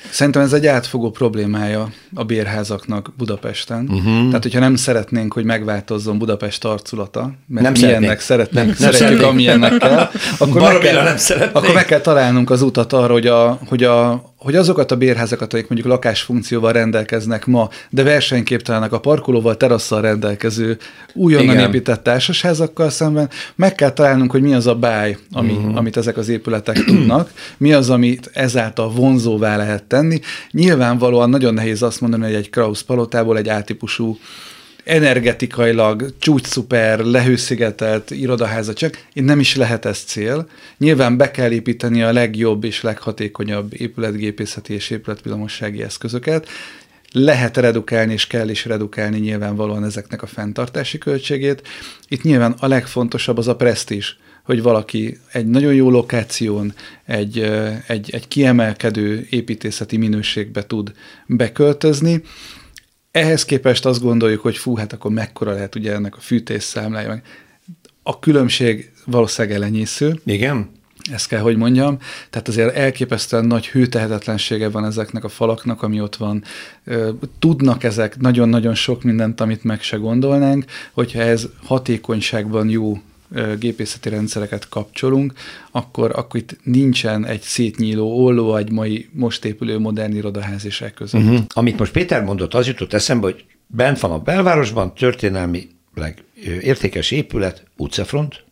Speaker 7: Szerintem ez egy átfogó problémája a bérházaknak Budapesten. Uh-huh. Tehát, hogyha nem szeretnénk, hogy megváltozzon Budapest arculata, mert nem milyennek szeretnénk, nem, szeretjük, szeretnénk. Amilyennek kell, akkor meg, kell, nem akkor meg kell találnunk az utat arra, hogy, a, hogy, a, hogy azokat a bérházakat, amik mondjuk lakásfunkcióval rendelkeznek ma, de versenyképtelenek a parkolóval, terasszal rendelkező újonnan Igen. épített társasházakkal szemben, meg kell találnunk, hogy mi az a báj, ami, uh-huh. amit ezek az épületek tudnak, mi az, amit ezáltal vonzóvá lehet tenni. Nyilvánvalóan nagyon nehéz azt mondani, hogy egy Krausz palotából egy A-típusú energetikailag csúcsszuper, lehőszigetelt irodaháza csak, én nem is lehet ez cél. Nyilván be kell építeni a legjobb és leghatékonyabb épületgépészeti és épületvillamossági eszközöket. Lehet redukálni, és kell is redukálni nyilvánvalóan ezeknek a fenntartási költségét. Itt nyilván a legfontosabb az a presztízs, hogy valaki egy nagyon jó lokáción, egy, egy, egy kiemelkedő építészeti minőségbe tud beköltözni. Ehhez képest azt gondoljuk, hogy fú, hát akkor mekkora lehet ugye ennek a fűtésszámlája meg. A különbség valószínűleg elenyésző.
Speaker 1: Igen.
Speaker 7: Ezt kell, hogy mondjam. Tehát azért elképesztően nagy hőtehetetlensége van ezeknek a falaknak, ami ott van. Tudnak ezek nagyon-nagyon sok mindent, amit meg se gondolnánk, hogyha ez hatékonyságban jó gépészeti rendszereket kapcsolunk, akkor, akkor itt nincsen egy szétnyíló olló, egy mai most épülő modern irodaház és e között. Uh-huh.
Speaker 1: Amit most Péter mondott, az jutott eszembe, hogy bent van a belvárosban, történelmileg értékes épület, utcafront.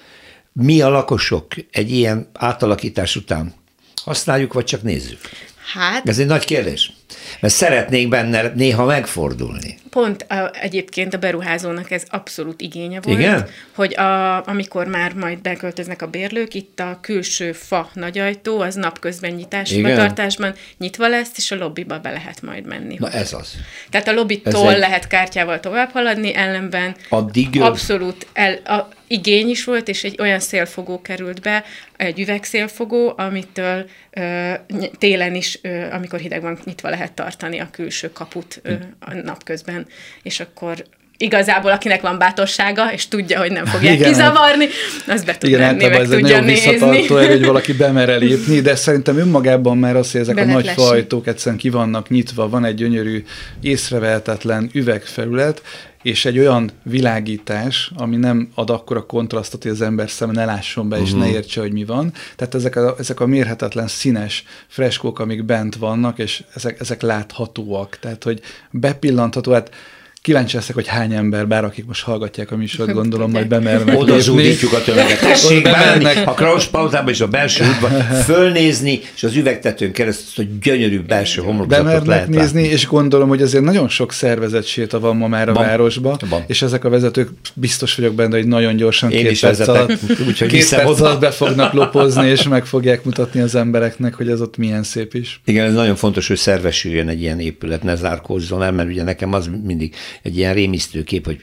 Speaker 1: Mi a lakosok egy ilyen átalakítás után használjuk, vagy csak nézzük?
Speaker 6: Hát,
Speaker 1: ez egy nagy kérdés, mert szeretnék benne néha megfordulni.
Speaker 6: Pont a, egyébként a beruházónak ez abszolút igénye volt,
Speaker 1: Igen?
Speaker 6: hogy a, amikor már majd beköltöznek a bérlők, itt a külső fa nagyajtó, az napközben nyitásba tartásban nyitva lesz, és a lobbiba be lehet majd menni.
Speaker 1: Na ez az.
Speaker 6: Tehát a lobbitól egy... lehet kártyával tovább haladni, ellenben
Speaker 1: Addig
Speaker 6: abszolút el, a, igény is volt, és egy olyan szélfogó került be, egy üvegszélfogó, amitől ö, télen is, ö, amikor hideg van, nyitva lehet tartani a külső kaput ö, a napközben, és akkor igazából akinek van bátorsága, és tudja, hogy nem fogják igen, kizavarni, az be tud igen, menni, meg ez tudja nézni. Igen, ez egy
Speaker 7: hogy valaki bemer lépni, de szerintem önmagában már az, hogy ezek Belet a nagy lesi. Fajtók egyszerűen ki vannak nyitva, van egy gyönyörű, észrevehetetlen üvegfelület, és egy olyan világítás, ami nem ad akkora kontrasztot, hogy az ember szeme ne lásson be, uh-huh. és ne értse, hogy mi van. Tehát ezek a, ezek a mérhetetlen színes freskók, amik bent vannak, és ezek, ezek láthatóak. Tehát, hogy bepillantható, hát kíváncsi leszek, hogy hány ember, bár akik most hallgatják a műsort, gondolom, majd bemernek lépni.
Speaker 1: Oda zúdítjuk a tömeget. Tessék bemenni a Krausz palotában és a belső útban fölnézni, és az üvegtetőn keresztül a gyönyörű belső homlokzatot lehet
Speaker 7: nézni, és gondolom, hogy azért nagyon sok szervezett séta van ma már a van. városban, van. És ezek a vezetők biztos vagyok benne, hogy nagyon gyorsan
Speaker 1: Én
Speaker 7: két perc alatt,
Speaker 1: úgyhogy
Speaker 7: két perc alatt be fognak lopozni, és meg fogják mutatni az embereknek, hogy ez ott milyen szép is.
Speaker 1: Igen, ez nagyon fontos, hogy szervesüljön egy ilyen épület, ne zárkózzon el, mert ugye nekem az mindig egy ilyen rémisztő kép, hogy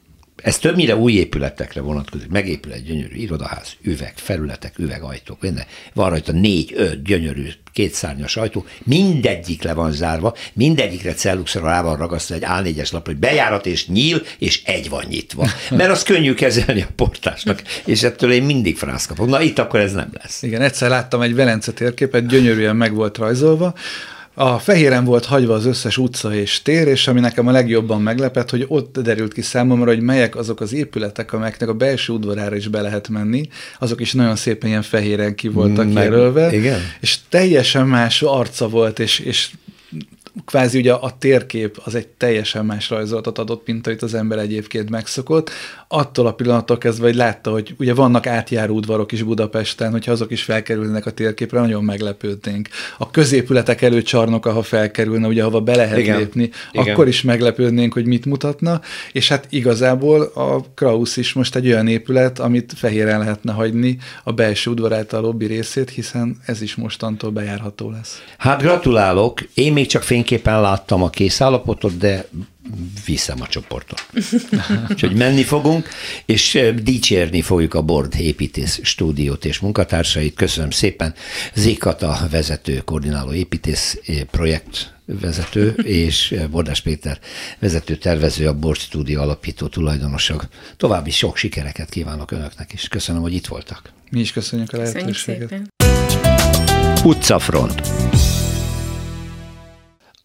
Speaker 1: ez többnyire új épületekre vonatkozik. Megépül egy gyönyörű irodaház, üveg, felületek, üvegajtók, minden. Van rajta négy, öt gyönyörű kétszárnyas ajtó, mindegyik le van zárva, mindegyikre celluxra rá van ragasztva egy á négyes lapra, hogy bejárat és nyíl, és egy van nyitva. Mert az könnyű kezelni a portásnak, és ettől én mindig frász kapok. Na itt akkor ez nem lesz.
Speaker 7: Igen, egyszer láttam egy Velence térképet, gyönyörűen meg volt rajzolva. A fehéren volt hagyva az összes utca és tér, és ami nekem a legjobban meglepett, hogy ott derült ki számomra, hogy melyek azok az épületek, amelyeknek a belső udvarára is be lehet menni, azok is nagyon szépen ilyen fehéren ki voltak Meg, jelölve,
Speaker 1: igen.
Speaker 7: és teljesen más arca volt, és, és kvázi ugye a térkép az egy teljesen más rajzolatot adott, mint amit az ember egyébként megszokott. Attól a pillanattól kezdve, hogy látta, hogy ugye vannak átjáró udvarok is Budapesten, hogyha azok is felkerülnek a térképre, nagyon meglepődnénk. A középületek előcsarnoka, ha felkerülne, ugye hova be lehet Igen. lépni, Igen. akkor is meglepődnénk, hogy mit mutatna, és hát igazából a Krausz is most egy olyan épület, amit fehéren lehetne hagyni a belső udvarát, a lobby részét, hiszen ez is mostantól bejárható lesz.
Speaker 1: Hát gratulálok, én még csak fényképpen láttam a kész állapotot, de viszem a csoportot. Úgyhogy menni fogunk, és dicsérni fogjuk a Bord építész stúdiót és munkatársait. Köszönöm szépen. Zikata vezető, koordináló építész projekt vezető, és Bordás Péter vezető tervező, a Bord stúdió alapító tulajdonosa. További sok sikereket kívánok önöknek is. Köszönöm, hogy itt voltak.
Speaker 7: Mi is köszönjük a lehetőséget.
Speaker 6: Utcafront.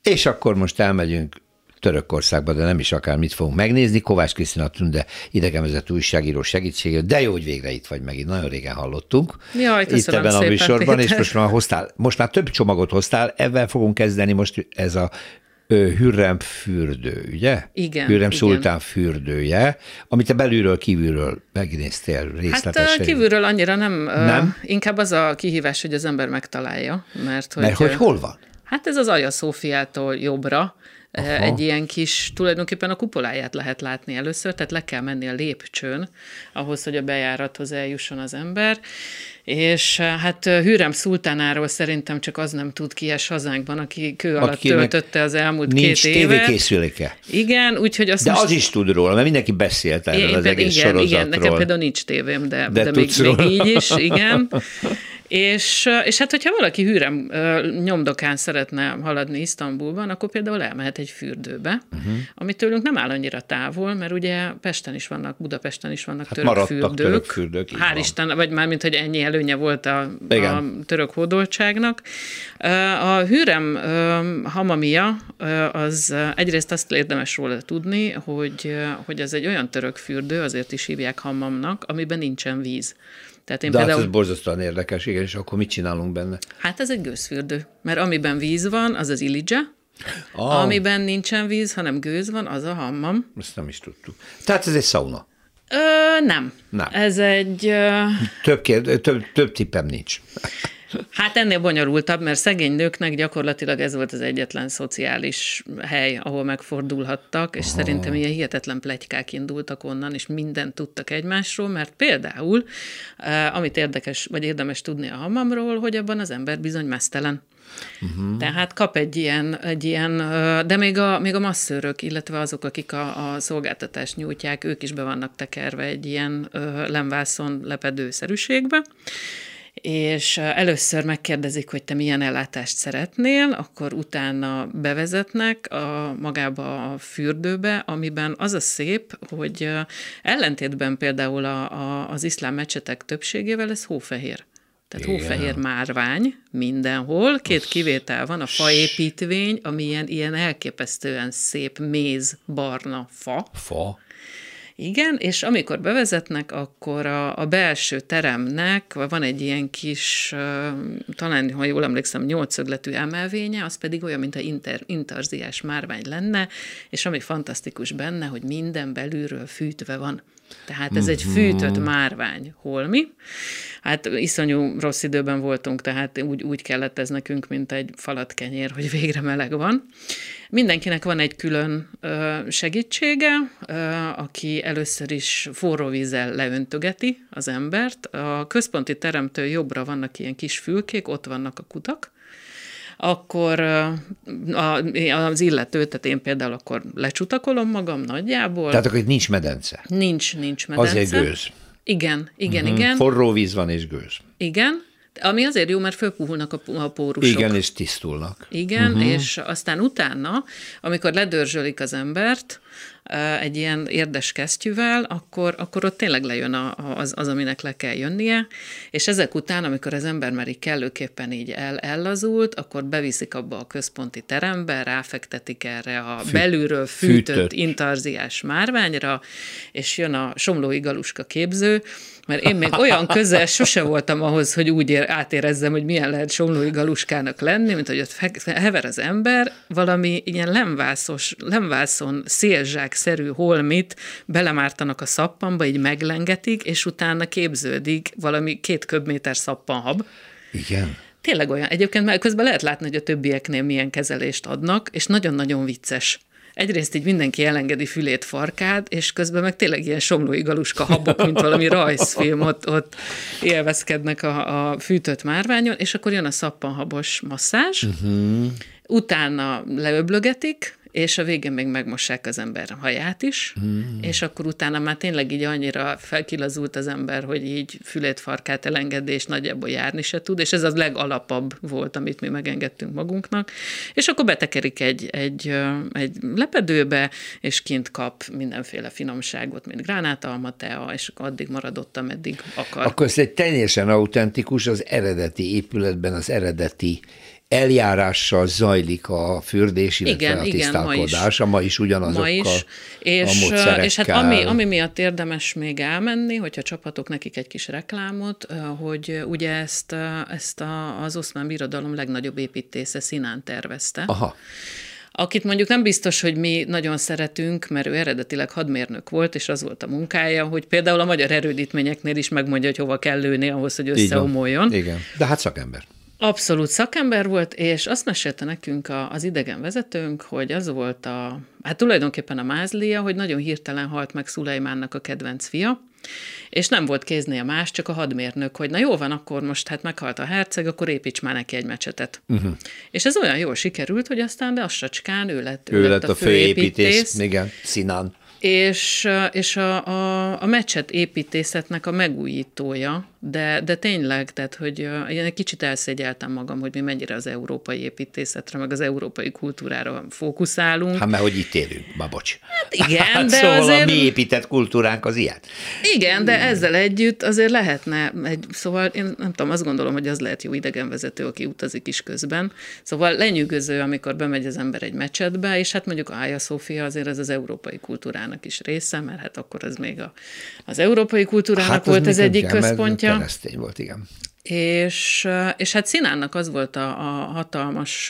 Speaker 1: És akkor most elmegyünk Törökországba, de nem is akár mit fogunk megnézni. Kovács Krisztina Tünde idegenvezető újságíró segítségével, de jó, hogy végre itt vagy megint, nagyon régen hallottunk.
Speaker 6: Jaj,
Speaker 1: itt ebben a műsorban, és most már hoztál, most már több csomagot hoztál, ebben fogunk kezdeni most ez a Hürrem fürdő, ugye?
Speaker 6: Igen.
Speaker 1: Hürrem
Speaker 6: igen.
Speaker 1: szultán fürdője, amit te belülről, kívülről megnéztél részletesen.
Speaker 6: Hát kívülről annyira nem,
Speaker 1: nem?
Speaker 6: Inkább az a kihívás, hogy az ember megtalálja. Mert hogy,
Speaker 1: mert hogy hol van?
Speaker 6: Hát ez az Aja Szófiától jobbra. Aha. Egy ilyen kis, tulajdonképpen a kupoláját lehet látni először, tehát le kell menni a lépcsőn, ahhoz, hogy a bejárathoz eljusson az ember. És hát Hürrem szultánáról szerintem csak az nem tud ki es hazánkban, aki kő alatt Akinek töltötte az elmúlt
Speaker 1: nincs
Speaker 6: két évet.
Speaker 1: Nincs tévékészüléke.
Speaker 6: Igen, úgyhogy azt
Speaker 1: De
Speaker 6: most...
Speaker 1: az is tud róla, mert mindenki beszélt erről az egész
Speaker 6: igen,
Speaker 1: sorozatról.
Speaker 6: Igen, nekem például nincs tévém, de,
Speaker 1: de,
Speaker 6: de még, még így is, igen. És, és hát, hogyha valaki Hürrem nyomdokán szeretne haladni Isztambulban, akkor például elmehet egy fürdőbe, uh-huh. ami tőlünk nem áll annyira távol, mert ugye Pesten is vannak, Budapesten is vannak hát török fürdők. török fürdők. Hál' van. Isten, vagy mármint, hogy ennyi előnye volt a, a török hódoltságnak. A Hürrem hamamia az egyrészt azt érdemes róla tudni, hogy, hogy ez egy olyan török fürdő, azért is hívják hammamnak, amiben nincsen víz. Tehát én
Speaker 1: De
Speaker 6: például...
Speaker 1: hát ez borzasztóan érdekes, igen, és akkor mit csinálunk benne?
Speaker 6: Hát ez egy gőzfürdő, mert amiben víz van, az az ilizsa, ah. amiben nincsen víz, hanem gőz van, az a hammam.
Speaker 1: Ezt nem is tudtuk. Tehát ez egy szauna?
Speaker 6: Ö, nem.
Speaker 1: nem.
Speaker 6: Ez egy... Ö...
Speaker 1: Több, kérd... több, több tippem nincs.
Speaker 6: Hát ennél bonyolultabb, mert szegény nőknek gyakorlatilag ez volt az egyetlen szociális hely, ahol megfordulhattak, és Aha. szerintem ilyen hihetetlen pletykák indultak onnan, és mindent tudtak egymásról, mert például, amit érdekes, vagy érdemes tudni a hammamról, hogy abban az ember bizony meztelen. Uh-huh. Tehát kap egy ilyen, egy ilyen de még a, még a masszőrök, illetve azok, akik a, a szolgáltatást nyújtják, ők is be vannak tekerve egy ilyen lemvászon lepedőszerűségbe, és először megkérdezik, hogy te milyen ellátást szeretnél, akkor utána bevezetnek a, magába a fürdőbe, amiben az a szép, hogy ellentétben például a, a, az iszlám mecsetek többségével ez hófehér. Tehát Igen. hófehér márvány mindenhol, két kivétel van, a faépítvény, ami ilyen, ilyen elképesztően szép méz barna fa.
Speaker 1: Fa.
Speaker 6: Igen, és amikor bevezetnek, akkor a, a belső teremnek van egy ilyen kis, uh, talán, ha jól emlékszem, nyolcszögletű emelvénye, az pedig olyan, mint a inter, intarziás márvány lenne, és ami fantasztikus benne, hogy minden belülről fűtve van. Tehát ez egy fűtött márvány holmi. Hát iszonyú rossz időben voltunk, tehát úgy, úgy kellett ez nekünk, mint egy falatkenyér, hogy végre meleg van. Mindenkinek van egy külön ö, segítsége, ö, aki először is forró vízzel leöntögeti az embert. A központi teremtől jobbra vannak ilyen kis fülkék, ott vannak a kutak. Akkor az illető, tehát én például akkor lecsutakolom magam nagyjából.
Speaker 1: Tehát akkor itt nincs medence?
Speaker 6: Nincs, nincs medence.
Speaker 1: Azért gőz.
Speaker 6: Igen, igen, uh-huh. igen.
Speaker 1: Forró víz van és gőz.
Speaker 6: Igen, ami azért jó, mert fölpuhulnak a, a pórusok.
Speaker 1: Igen, és tisztulnak.
Speaker 6: Igen, uh-huh. és aztán utána, amikor ledörzsölik az embert egy ilyen érdes kesztyűvel, akkor, akkor ott tényleg lejön a, az, az, aminek le kell jönnie, és ezek után, amikor az ember már így kellőképpen így el, ellazult, akkor beviszik abba a központi terembe, ráfektetik erre a Fű, belülről fűtött, fűtött intarziás márványra, és jön a somlói galuska képző, mert én még olyan közel sose voltam ahhoz, hogy úgy ér, átérezzem, hogy milyen lehet somlói galuskának lenni, mint hogy ott hever az ember, valami ilyen lemvászos, lemvászon szélzsák-szerű holmit belemártanak a szappanba, így meglengetik, és utána képződik valami két köbméter szappanhab.
Speaker 1: Igen.
Speaker 6: Tényleg olyan. Egyébként már közben lehet látni, hogy a többieknél milyen kezelést adnak, és nagyon-nagyon vicces. Egyrészt így mindenki elengedi fülét, farkát, és közben meg tényleg ilyen somlói galuska habok, mint valami rajzfilm, ott, ott élvezkednek a, a fűtött márványon, és akkor jön a szappanhabos masszázs, uh-huh. utána leöblögetik, és a végén még megmossák az ember haját is, hmm. és akkor utána már tényleg így annyira felkilazult az ember, hogy így fülét, farkát elengedi, és nagyjából járni se tud, és ez az legalapabb volt, amit mi megengedtünk magunknak, és akkor betekerik egy, egy, egy lepedőbe, és kint kap mindenféle finomságot, mint gránátalma, tea, és addig maradott, ameddig akar.
Speaker 1: Akkor ez egy teljesen autentikus, az eredeti épületben, az eredeti eljárással zajlik a fürdés, illetve igen, a tisztálkodás. Ma is, ma is ugyanazokkal ma is. És, a módszerekkel.
Speaker 8: És hát ami, ami miatt érdemes még elmenni, hogyha csaphatok nekik egy kis reklámot, hogy ugye ezt, ezt a, az oszmán birodalom legnagyobb építésze Szinán tervezte.
Speaker 1: Aha.
Speaker 8: Akit mondjuk nem biztos, hogy mi nagyon szeretünk, mert ő eredetileg hadmérnök volt, és az volt a munkája, hogy például a magyar erődítményeknél is megmondja, hogy hova kell lőni ahhoz, hogy összeomoljon.
Speaker 1: Igen, de hát szakember.
Speaker 8: Abszolút szakember volt, és azt mesélte nekünk a, az idegen vezetőnk, hogy az volt a, hát tulajdonképpen a mázlia, hogy nagyon hirtelen halt meg Szulejmánnak a kedvenc fia, és nem volt kéznél más, csak a hadmérnök, hogy na jó van, akkor most hát meghalt a herceg, akkor építs már neki egy mecsetet. Uh-huh. És ez olyan jól sikerült, hogy aztán lassacskán ő lett, ő
Speaker 1: ő
Speaker 8: lett,
Speaker 1: lett a főépítész. Igen, Szinán.
Speaker 8: És, és a, a, a mecset építészetnek a megújítója, de, de tényleg, tehát, hogy én egy kicsit elszégyeltem magam, hogy mi mennyire az európai építészetre, meg az európai kultúrára fókuszálunk.
Speaker 1: Hát mert hogy itt élünk, ma bocs.
Speaker 8: Hát igen, hát
Speaker 1: de
Speaker 8: szóval
Speaker 1: azért... a mi épített kultúránk az ilyen.
Speaker 8: Igen, de ezzel együtt azért lehetne, egy, szóval én nem tudom, azt gondolom, hogy az lehet jó idegenvezető, aki utazik is közben. Szóval lenyűgöző, amikor bemegy az ember egy mecsetbe, és hát mondjuk Hagia Sophia azért ez az európai kultúrának is része, mert hát akkor az még a, az európai kultúrának hát volt az egyik kell, központja.
Speaker 1: Keresztény volt, igen.
Speaker 8: És, és hát Szinánnak az volt a, a hatalmas,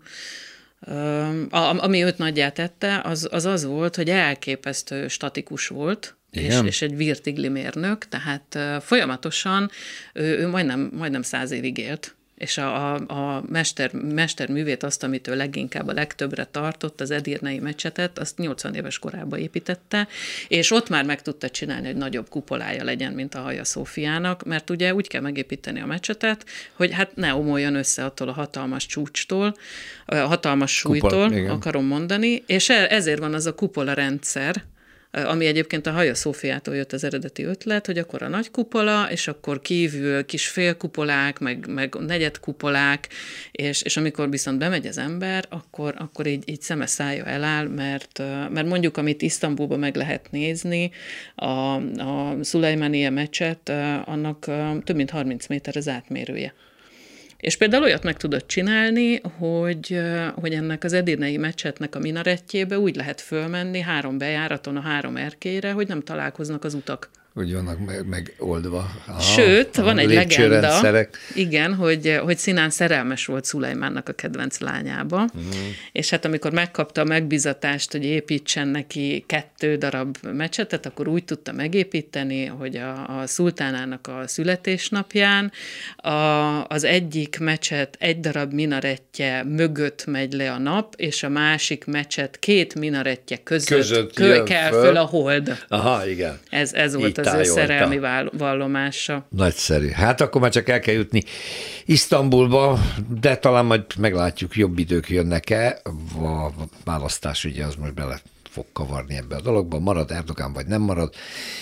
Speaker 8: a, ami őt nagyjá tette, az, az az volt, hogy elképesztő statikus volt, és, és egy virtigli mérnök, tehát folyamatosan ő, ő majdnem, majdnem száz évig élt. És a, a, a mester, mesterművét, azt, amit ő leginkább a legtöbbre tartott, az edirnei mecsetet, azt nyolcvan éves korában építette, és ott már meg tudta csinálni, hogy nagyobb kupolája legyen, mint a Hagia Sophiának, mert ugye úgy kell megépíteni a mecsetet, hogy hát ne omoljon össze attól a hatalmas csúcstól, a hatalmas súlytól, Kupol, akarom mondani, és ezért van az a kupola rendszer, ami egyébként a Hagia Sophiától jött az eredeti ötlet, hogy akkor a nagy kupola, és akkor kívül kis félkupolák, meg, meg negyedkupolák, és, és amikor viszont bemegy az ember, akkor, akkor így, így szeme szája eláll, mert, mert mondjuk, amit Isztambulban meg lehet nézni, a, a Szulejmánia mecset, annak több mint harminc méter az átmérője. És például olyat meg tudott csinálni, hogy, hogy ennek az edirnei mecsetnek a minarettjébe úgy lehet fölmenni három bejáraton a három erkélyre, hogy nem találkoznak az utak.
Speaker 1: Úgy vannak meg, megoldva. Aha,
Speaker 8: Sőt, van egy legenda, igen, hogy, hogy Szinán szerelmes volt Szulejmánnak a kedvenc lányába, uh-huh. és hát amikor megkapta a megbízatást, hogy építsen neki kettő darab mecsetet, akkor úgy tudta megépíteni, hogy a, a szultánának a születésnapján a, az egyik mecset egy darab minarettje mögött megy le a nap, és a másik mecset két minarettje között, között kö, kell föl. föl a hold.
Speaker 1: Aha, igen.
Speaker 8: Ez, ez volt az ő szerelmi vallomása.
Speaker 1: Nagyszerű. Hát akkor már csak el kell jutni Isztambulba, de talán majd meglátjuk, jobb idők jönnek-e. A választás ugye az most bele fog kavarni ebbe a dologba. Marad Erdogán, vagy nem marad,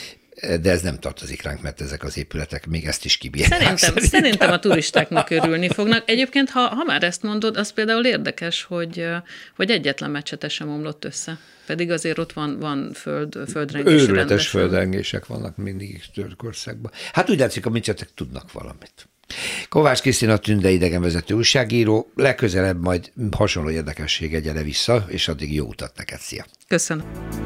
Speaker 1: de ez nem tartozik ránk, mert ezek az épületek még ezt is kibírják.
Speaker 8: Szerintem, szerintem. szerintem a turistáknak örülni fognak. Egyébként, ha, ha már ezt mondod, az például érdekes, hogy, hogy egyetlen meccsete sem omlott össze. Pedig azért ott van, van föld, földrengés.
Speaker 1: Őrületes rendesen. Földrengések vannak mindig Törökországban. Hát úgy látszik, a mecsetek tudnak valamit. Kovács Krisztina Tünde idegenvezető újságíró, legközelebb majd hasonló érdekesség egyele vissza, és addig jó utat neked, szia!
Speaker 8: Köszönöm!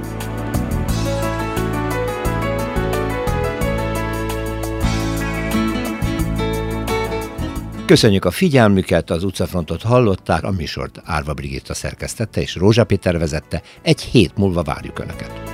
Speaker 1: Köszönjük a figyelmüket, az utcafrontot hallották, a műsort Árva Brigitta szerkesztette és Rózsa Péter vezette, egy hét múlva várjuk Önöket.